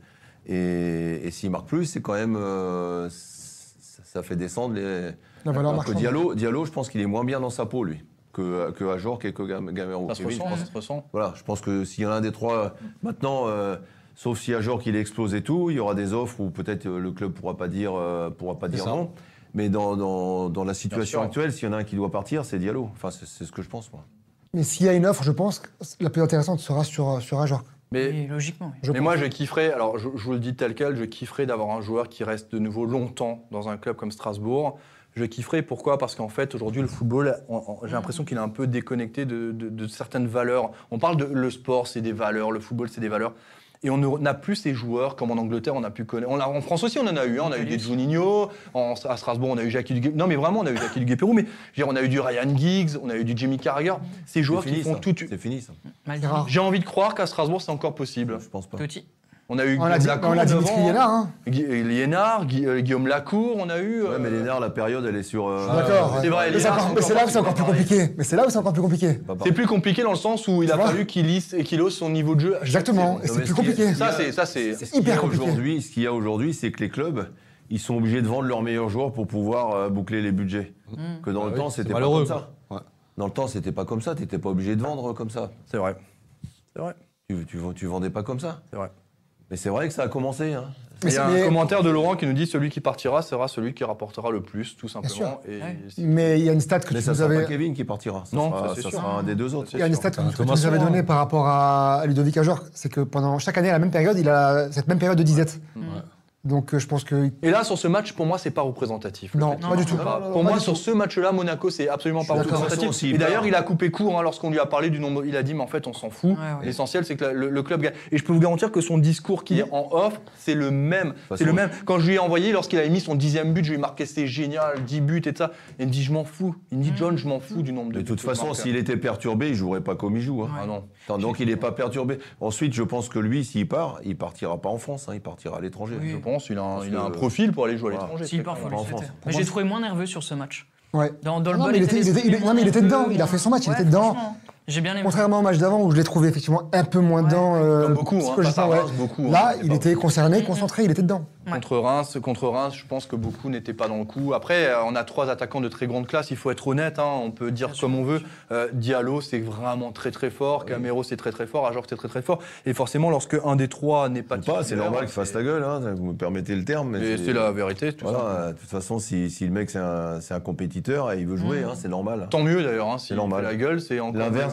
Et, et s'ils marquent plus, c'est quand même. euh, ça, ça fait descendre les. La valeur Alors que marchande. Diallo, Diallo, je pense qu'il est moins bien dans sa peau, lui, que, que à Jorge et que Gam- Gamero. Ça se Kevin, ressent, je ça pense- se ressent. Voilà, je pense que s'il y en a un des trois, maintenant, euh, sauf si à Jorge il explose et tout, il y aura des offres où peut-être euh, le club pourra pas dire, euh, pourra pas C'est dire ça. non. Mais dans, dans, dans la situation sûr. actuelle, s'il y en a un qui doit partir, c'est Diallo. Enfin, c'est c'est ce que je pense, moi. Mais s'il y a une offre, je pense que la plus intéressante sera sur, sur Ajor. Mais Oui, logiquement. oui. Je Mais pense. moi, je kifferais, alors je, je vous le dis tel quel, je kifferais d'avoir un joueur qui reste de nouveau longtemps dans un club comme Strasbourg. Je kifferais, pourquoi? Parce qu'en fait, aujourd'hui, le football, on- on- j'ai l'impression qu'il est un peu déconnecté de, de- de certaines valeurs. On parle de le sport, c'est des valeurs, le football, c'est des valeurs. Et on ne- n'a plus ces joueurs comme en Angleterre, on a pu connaître. On a- en France aussi, on en a eu. hein. On a eu des Juninho. En- à Strasbourg, on a eu Jackie Duguay. Non, mais vraiment, on a eu Jackie Duguay-Pérou. Mais je veux dire, on a eu du Ryan Giggs, on a eu du Jimmy Carragher. Ces joueurs C'est qui fini, font ça. tout. C'est fini, ça. Maldini. rare. J'ai envie de croire qu'à Strasbourg, c'est encore possible. Je pense pas. Totti. On a eu On a Guillaume dit, Lacour, on a neuf Dimitri ans, Liénard, hein. Gui- euh, Liénard, Gui- euh, Guillaume Lacour, on a eu. Ouais, euh, mais Lénard, la période, elle est sur. euh, D'accord. c'est ouais. vrai, Mais les c'est Liénard, encore- c'est mais c'est là où c'est encore encore plus pareil. compliqué. Mais c'est là où c'est encore plus compliqué. pas C'est pareil. plus compliqué dans le sens où il a Tu vois fallu qu'il lisse et qu'il hausse son niveau de jeu. à chaque Exactement. saison. Et Non, c'est mais plus ce qui est- compliqué. Ça, c'est ça, c'est. Ce qu'il y a hyper compliqué. aujourd'hui, ce qu'il y a aujourd'hui, c'est que les clubs, ils sont obligés de vendre leurs meilleurs joueurs pour pouvoir euh, boucler les budgets. Mm. Que dans Ah le oui, temps, c'est c'était pas malheureux, comme ça. quoi. Ouais. Dans le temps, c'était pas comme ça. T'étais pas obligé de vendre comme ça. C'est vrai. C'est vrai. Tu, tu, tu vendais pas comme ça. C'est vrai. Mais c'est vrai que ça a commencé. Hein. Il y a Mais- un commentaire de Laurent qui nous dit celui qui partira sera celui qui rapportera le plus, tout simplement. sûr. Et Ouais. si- Mais il y a une stat que Mais tu ça nous sera avais. pas Kevin qui partira. Ça Non, sera, ça, c'est ça sûr. sera un des deux autres. C'est Il y a une sûr. stat que, Un que tu Thomas nous avais Soin. donnée par rapport à Ludovic Ajor, c'est que pendant chaque année, à la même période, il a cette même période de disette. Mm. Donc euh, je pense que. Et là, sur ce match, pour moi, c'est pas représentatif. le Non, fait. pas Non, du tout. non, Pas- non, non, pour pas moi, du sur tout. ce match-là, Monaco, c'est absolument pas Je suis d'accord. représentatif. De toute façon, s'il Et d'ailleurs, part- il a coupé court hein, lorsqu'on lui a parlé du nombre. Il a dit, mais en fait, on s'en fout. Ouais, ouais. L'essentiel, c'est que la- le, le club gagne. Et je peux vous garantir que son discours qui est en off, c'est le même. façon, C'est le même. Quand je lui ai envoyé, lorsqu'il avait mis son dixième but, je lui ai marqué c'est génial, dix buts et ça. Et il me dit, je m'en fous. Il me dit, John, je m'en fous du nombre de De buts. toute que je façon, marque. s'il était perturbé, il jouerait pas comme il joue. hein. Ah non. Attends, donc il n'est pas perturbé. Ensuite, je pense que lui, s'il part, il partira pas en France, hein, il partira à l'étranger. Oui. Je pense, il a un, Parce il a un que- profil pour aller jouer à Voilà. l'étranger. S'il très part, faut clairement. le en souhaiter. France. Mais moi, j'ai c'est- trouvé moins nerveux sur ce match. Ouais. Dans, dans le Non, bon mais il état était- il était- d'esprit, il est- non, mais il était nerveux, dedans, il a fait son match, il Ouais, était dedans. franchement, J'ai bien aimé. Contrairement au match d'avant où je l'ai trouvé effectivement un peu moins dedans. euh, Comme beaucoup, hein, psychologiquement, face à ouais. Reims, beaucoup, hein, Là, il il était était pas- concerné, concentré, il était dedans. Contre Reims, contre Reims, je pense que beaucoup n'étaient pas dans le coup. Après, euh, on a trois attaquants de très grande classe, il faut être honnête, hein, on peut dire Bien comme sûr, on veut. Euh, Diallo, c'est vraiment très très fort, Camero, c'est très très fort, Ajor, c'est très très fort. Et forcément, lorsque un des trois n'est pas Ou pas, c'est titulaire, normal qu'il fasse c'est- la gueule, hein, vous me permettez le terme. Mais Mais c'est la vérité, tout Voilà, ça. euh, de toute façon, si, si le mec c'est un, c'est un compétiteur et il veut jouer, Mhm. hein, c'est normal. Tant mieux d'ailleurs, hein, s'il C'est normal. fait la gueule, c'est encore L'inverse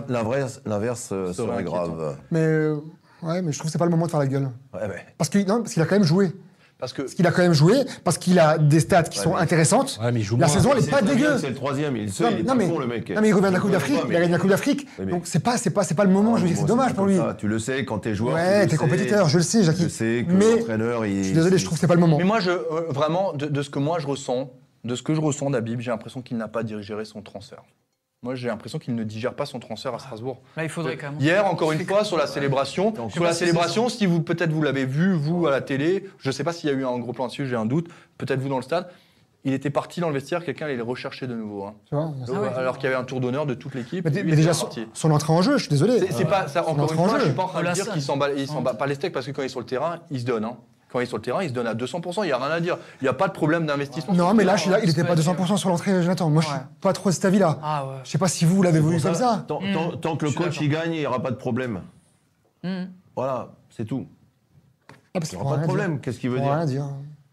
L'inverse, l'inverse euh, Serait serait inquiétant. grave. Mais, euh, ouais, mais je trouve que c'est pas le moment de faire la gueule. Ouais, mais- Parce qu'il non, parce qu'il a quand même joué. Parce que Parce qu'il a quand même joué, parce qu'il a des stats qui Ouais, sont mais- intéressantes. Ouais, mais il joue La moins. saison, elle est C'est pas très dégueu. bien, C'est le troisième, il, sait, Non, il est non, à mais, fond, le mec. non, mais il revient de la Coupe Je d'Afrique, connais pas, il a gagné la Coupe d'Afrique. Oui, mais- Donc c'est pas, c'est pas, c'est pas le moment. je veux dire, c'est Bon, dommage pas pour comme lui. ça. Tu le sais, quand t'es joueur. Ouais, tu le t'es sais, compétiteur, je le sais, Jackie. Je sais que Mais l'entraîneur, il. je suis désolé, je trouve que c'est pas le moment. Mais moi, je, euh, vraiment, de, de ce que moi je ressens, de ce que je ressens d'Habib, j'ai l'impression qu'il n'a pas digéré son transfert. Moi, j'ai l'impression qu'il ne digère pas son transfert à Strasbourg. Là, il faudrait quand même. Hier, encore une fois, sur la célébration, Je sais sur pas la si célébration, si vous peut-être vous l'avez vu vous à la télé, je ne sais pas s'il y a eu un gros plan dessus, j'ai un doute. Peut-être vous dans le stade. Il était parti dans le vestiaire, quelqu'un allait le rechercher de nouveau. Hein. Tu vois, Ah ouais. Alors qu'il y avait un tour d'honneur de toute l'équipe. mais, lui, mais il déjà, était son, parti. son entrée en jeu, je suis désolé. C'est c'est pas ça. Encore une entrée en fois, je jeu. suis pas en train de Oh, la dire scène. qu'il s'en bat, il s'en bat pas les steaks parce que quand il est sur le terrain, il se donne. Hein. Quand il est sur le terrain, il se donne à deux cents pour cent. Il y a rien à dire. Il n'y a pas de problème d'investissement. Non, sur mais le là, terrain, je suis là, hein. il était pas deux cents pour cent sur l'entrée, Jonathan. Moi, je suis Ouais. pas trop de cet avis-là. Ah ouais. Je sais pas si vous, vous l'avez voulu Pour comme ça. Tant, Mm. tant- tant que le Je suis coach d'accord. il gagne, il n'y aura pas de problème. Hmm. Voilà, c'est tout. Ah, parce Il qu'il n'y faut aura pas de rien dire. problème. Qu'est-ce qu'il veut Faut dire rien dire.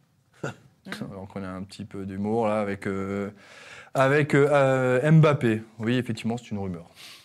Donc on a un petit peu d'humour là avec, euh, avec euh, euh, Mbappé. Oui, effectivement, c'est une rumeur.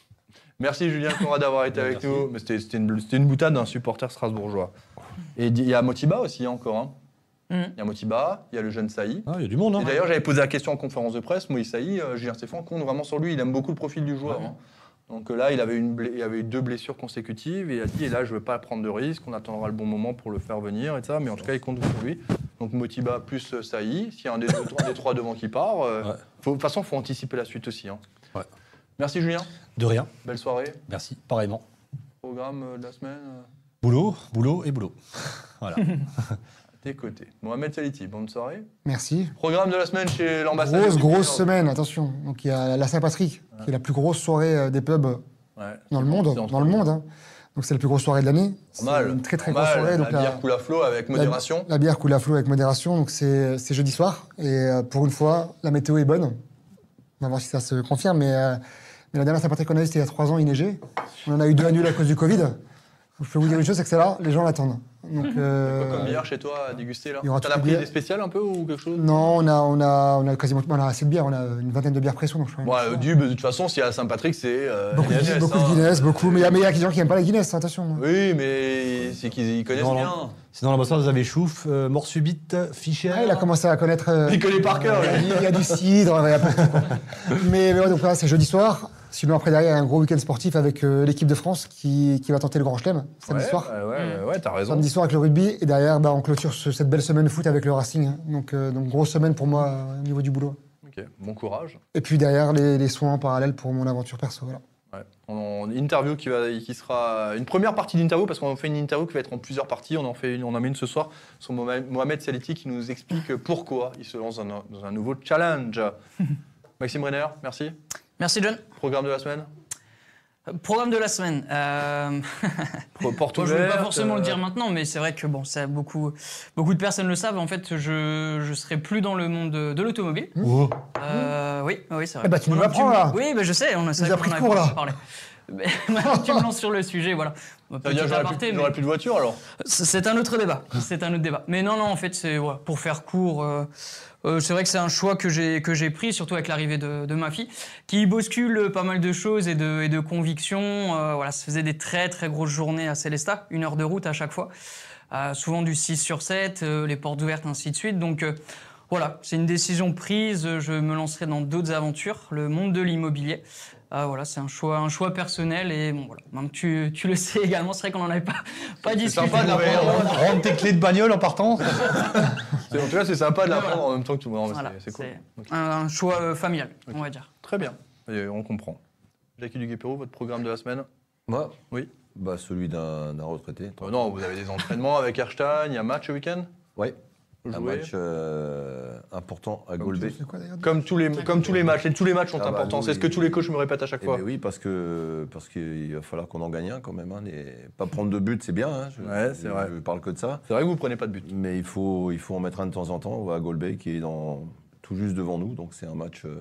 Merci Julien Conrad d'avoir été avec Merci. nous. Mais C'était c'était une, c'était une boutade d'un supporter strasbourgeois. Et il y a Motiba aussi encore. hein. Hmm. Il y a Motiba, il y a le jeune Saï. Ah, il y a du monde, hein. Et d'ailleurs, j'avais posé la question en conférence de presse. Moïse Saï, euh, Julien Stéphane compte vraiment sur lui. Il aime beaucoup le profil du joueur. Ouais. hein. Donc euh, là, il avait, une bla- il avait eu deux blessures consécutives et il a dit, et là, je ne veux pas prendre de risque, on attendra le bon moment pour le faire venir et ça, mais en tout cas, il compte sur lui. Donc Motiba plus euh, Saï, s'il y a un des, deux- un des trois devant qui part, euh, Ouais. faut- de toute façon, il faut anticiper la suite aussi. hein. Ouais. Merci Julien, De rien. belle soirée. Merci, pareillement. Programme euh, de la semaine, euh, Boulot, boulot et boulot. Voilà. à tes côtés. Mohamed Saliti, bonne soirée. Merci. Programme de la semaine chez l'ambassadeur. Grosse, du grosse Pays. semaine, attention. Donc il y a la Saint-Patrick, qui est la plus grosse soirée euh, des pubs Ouais. dans le monde. C'est entre Dans le nous. monde. hein. Donc c'est la plus grosse soirée de l'année. C'est Normal. une très très Normal. grosse soirée. Donc la la, bière coule à flot avec modération. La, la bière coule à flot avec modération. Donc c'est c'est jeudi soir. Et euh, pour une fois, la météo est bonne. On va voir si ça se confirme. Mais, euh, mais la dernière Saint-Patrick qu'on a eue, c'était il y a trois ans, il neigeait. On en a eu deux annulés à cause du Covid. Donc, je peux vous dire une chose, c'est que c'est là, les gens l'attendent. Donc, euh, Quoi comme bière chez toi à déguster là il y aura T'en toutes as les pris bières. des spéciales un peu ou quelque chose non, on a, on, a, on a quasiment on a assez de bières. On a une vingtaine de bières pression. Donc je crois. Bon, euh, du, de toute façon, si à Saint-Patrick, c'est. euh, beaucoup, de, Guinness, beaucoup hein. de Guinness, beaucoup. Mais il y a- mais il y a des gens qui n'aiment pas la Guinness, attention. Oui, mais c'est qu'ils y connaissent Non, bien. non. Sinon, l'ambassadeur, vous avez chouf, euh, mort subite, Fischer. Ah, il a commencé à connaître. euh, Il connaît par cœur. Il y a lui. du- il y a du cidre, il y a pas de tout, quoi. Mais, mais ouais, donc voilà, c'est jeudi soir. Sinon, après, derrière, il y a un gros week-end sportif avec euh, l'équipe de France qui, qui va tenter le Grand Chelem samedi Ouais, soir. Ouais, ouais, ouais, t'as raison. Samedi soir avec le rugby. Et derrière, bah, on clôture ce- cette belle semaine de foot avec le Racing. hein. Donc, euh, donc grosse semaine pour moi euh, au niveau du boulot. Ok, bon courage. Et puis derrière, les, les soins en parallèle pour mon aventure perso. Voilà. Ouais. On on- une interview qui, va, qui sera une première partie d'interview parce qu'on fait une interview qui va être en plusieurs parties. On en fait une, on en met une ce soir sur Mohamed Mohamed Saliti qui nous explique pourquoi il se lance dans un, dans un nouveau challenge. Maxime Renner, merci. Merci John. Programme de la semaine. Euh, Programme de la semaine. Euh... Porte Moi, je ne vais pas ouverte, forcément euh, le dire maintenant, mais c'est vrai que bon, ça, beaucoup, beaucoup de personnes le savent. En fait, je ne serai plus dans le monde de, de l'automobile. Oh. Euh, oui, oui, c'est vrai. Eh ben, tu nous Maintenant l'apprends, que là. Oui, ben, je sais. On a, c'est nous vrai as pris qu'on de en court, avait là. parlé. Mais maintenant que tu me lances sur le sujet, voilà. Ça veut Petit dire que j'aurai aparté, plus, mais- j'aurai plus de voiture alors C'est c'est un autre débat. C'est un autre débat. Mais non, non, en fait, c'est ouais, pour faire court. euh, euh, c'est vrai que c'est un choix que j'ai que j'ai pris, surtout avec l'arrivée de, de ma fille, qui bouscule pas mal de choses et de, et de convictions. Euh, voilà, ça faisait des très très grosses journées à Célestat, une heure de route à chaque fois, Euh, souvent du six sur sept, euh, les portes ouvertes, ainsi de suite. Donc euh, voilà, c'est une décision prise. Je me lancerai dans d'autres aventures, le monde de l'immobilier. Ah, voilà, c'est un choix, un choix personnel et bon voilà. Maintenant que tu, tu le sais également, c'est vrai qu'on n'en avait pas, pas C'est discuté. sympa de Ouais, l'apprendre. rendre, rendre tes clés de bagnole en partant. C'est- En tout cas, c'est sympa de l'apprendre Voilà. en même temps que tu vois. Voilà, c'est- C'est cool. c'est un, un choix euh, familial, on va dire. Très bien. Et on comprend. Jackie Duguay-Perrault, votre programme de la semaine Moi Oui. Bah, celui d'un d'un retraité. Euh, Non, vous avez des entraînements avec Erstein, il y a un match ce week-end Ouais, Vous un jouez match euh, important à Golbet. C'est quoi d'ailleurs Comme tous les, comme tous les matchs. Et tous les matchs sont Ah bah, importants. nous, C'est ce que il- tous les coachs me répètent à chaque Eh fois. ben oui, parce que parce qu'il va falloir qu'on en gagne un quand même. Hein, et pas prendre de but, c'est bien. Hein, je, Ouais, c'est je- vrai. Je parle que de ça. C'est vrai que vous prenez pas de but. Mais il faut, il faut en mettre un de temps en temps. On va à Golbet qui est dans, tout juste devant nous. Donc c'est un match euh,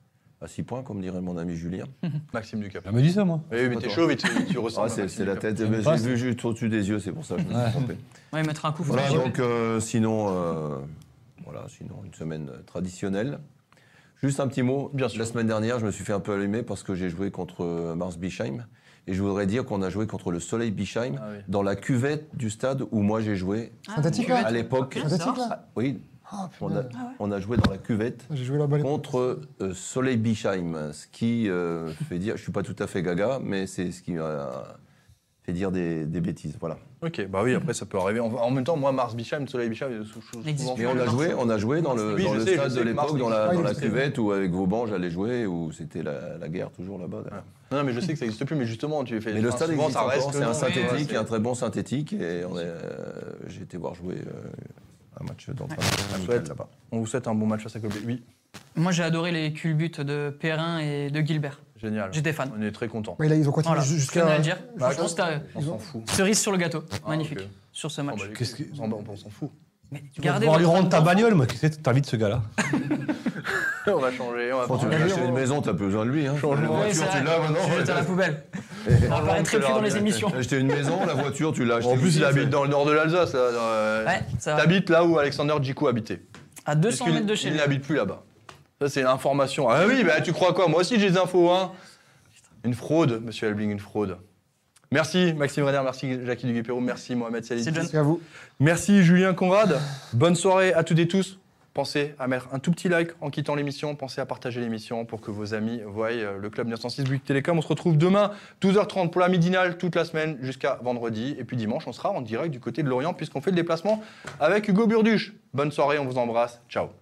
à six points, comme dirait mon ami Julien. Maxime Ducap. Elle m'a dit ça, moi. Oui, mais pas t'es toi. chaud, mais tu, tu ressembles Ah, à c'est Maxime c'est la Ducap. tête. J'aime J'ai pas, vu juste au-dessus des yeux, c'est pour ça que je me suis Ouais. trompé. Ouais, mettre un coup. Voilà, faut- donc euh, sinon, euh, voilà, sinon une semaine traditionnelle. Juste un petit mot. Bien sûr. La semaine dernière, je me suis fait un peu allumer parce que j'ai joué contre euh, Mars Bischheim. Et je voudrais dire qu'on a joué contre le Soleil Bischheim Ah oui. dans la cuvette du stade où moi j'ai joué Synthétique, là à l'époque. Bien, Synthétique, ça. là Oui, Ah, on a, putain. on a joué dans la cuvette J'ai joué là-bas. les- contre euh, Soleil Bischheim, ce qui euh, fait dire, je suis pas tout à fait gaga, mais c'est ce qui m'a fait dire des, des bêtises, voilà. Ok, bah oui, après ça peut arriver. En, en même temps, moi, Mars Bischheim, Soleil Bischheim, sou- sou- N'existe souvent- plus. Mais on a joué, on a joué dans le, Oui, dans je le sais, je stade sais de que l'époque, Mars dans la, Bischheim, dans il la existe. cuvette où avec Vauban j'allais jouer, où c'était la, la guerre toujours là-bas. d'ailleurs. Non, mais je sais que ça n'existe plus, mais justement, tu fais. Mais le enfin, stade souvent, existe ça reste encore, le c'est un nom, synthétique, mais, un très bon synthétique, et on est, euh, j'ai été voir jouer euh, un match d'entraînement souhaite. là-bas. On vous souhaite un bon match à Sacco. Oui, Moi, j'ai adoré les culbutes de Perrin et de Gilbert. génial. J'étais fan. On est très contents. Ouais, là, ils ont continué Voilà, je jusqu'à. tenais à le dire. Bah, Franchement, c'était On s'en fout. cerise sur le gâteau. Ah, Magnifique. ok. Sur ce Oh, match. bah, Qu'est-ce que- on s'en- on s'en fout. Mais Tu vas gardez devoir lui votre rendre ta âme bagnole, moi. Qu'est-ce que t'invites ce gars-là? On va changer. On va Quand tu prendre- veux acheter une maison, t'as plus besoin de lui. Hein. Changement. La d'enfant. Ouais, voiture, c'est tu vrai. l'as maintenant. Je jette à la poubelle. Ouais. On apparaîtrait plus dans les émissions. Acheter une maison, la voiture, tu l'as achetée. En plus, aussi, il habite fait- dans le nord de l'Alsace. là, euh, Ouais, ça va. T'habites là où Alexander Djikou habitait. À deux cents Puisqu'il- mètres de chez Il lui. n'habite plus là-bas. Ça, c'est l'information. Ah oui, bah, tu crois quoi? Moi aussi, j'ai des infos. Hein. Une fraude, monsieur Elbling, une fraude. Merci Maxime Renner, merci Jackie Duguay-Perrault, merci Mohamed Salih. C'est John. Merci à vous. Merci Julien Conrad. Bonne soirée à toutes et tous. Pensez à mettre un tout petit like en quittant l'émission. Pensez à partager l'émission pour que vos amis voient euh, le Club neuf cent six Bouygues Télécom. On se retrouve demain, douze heures trente pour la midinale, toute la semaine jusqu'à vendredi. Et puis dimanche, on sera en direct du côté de Lorient puisqu'on fait le déplacement avec Hugo Burduche. Bonne soirée, on vous embrasse. Ciao.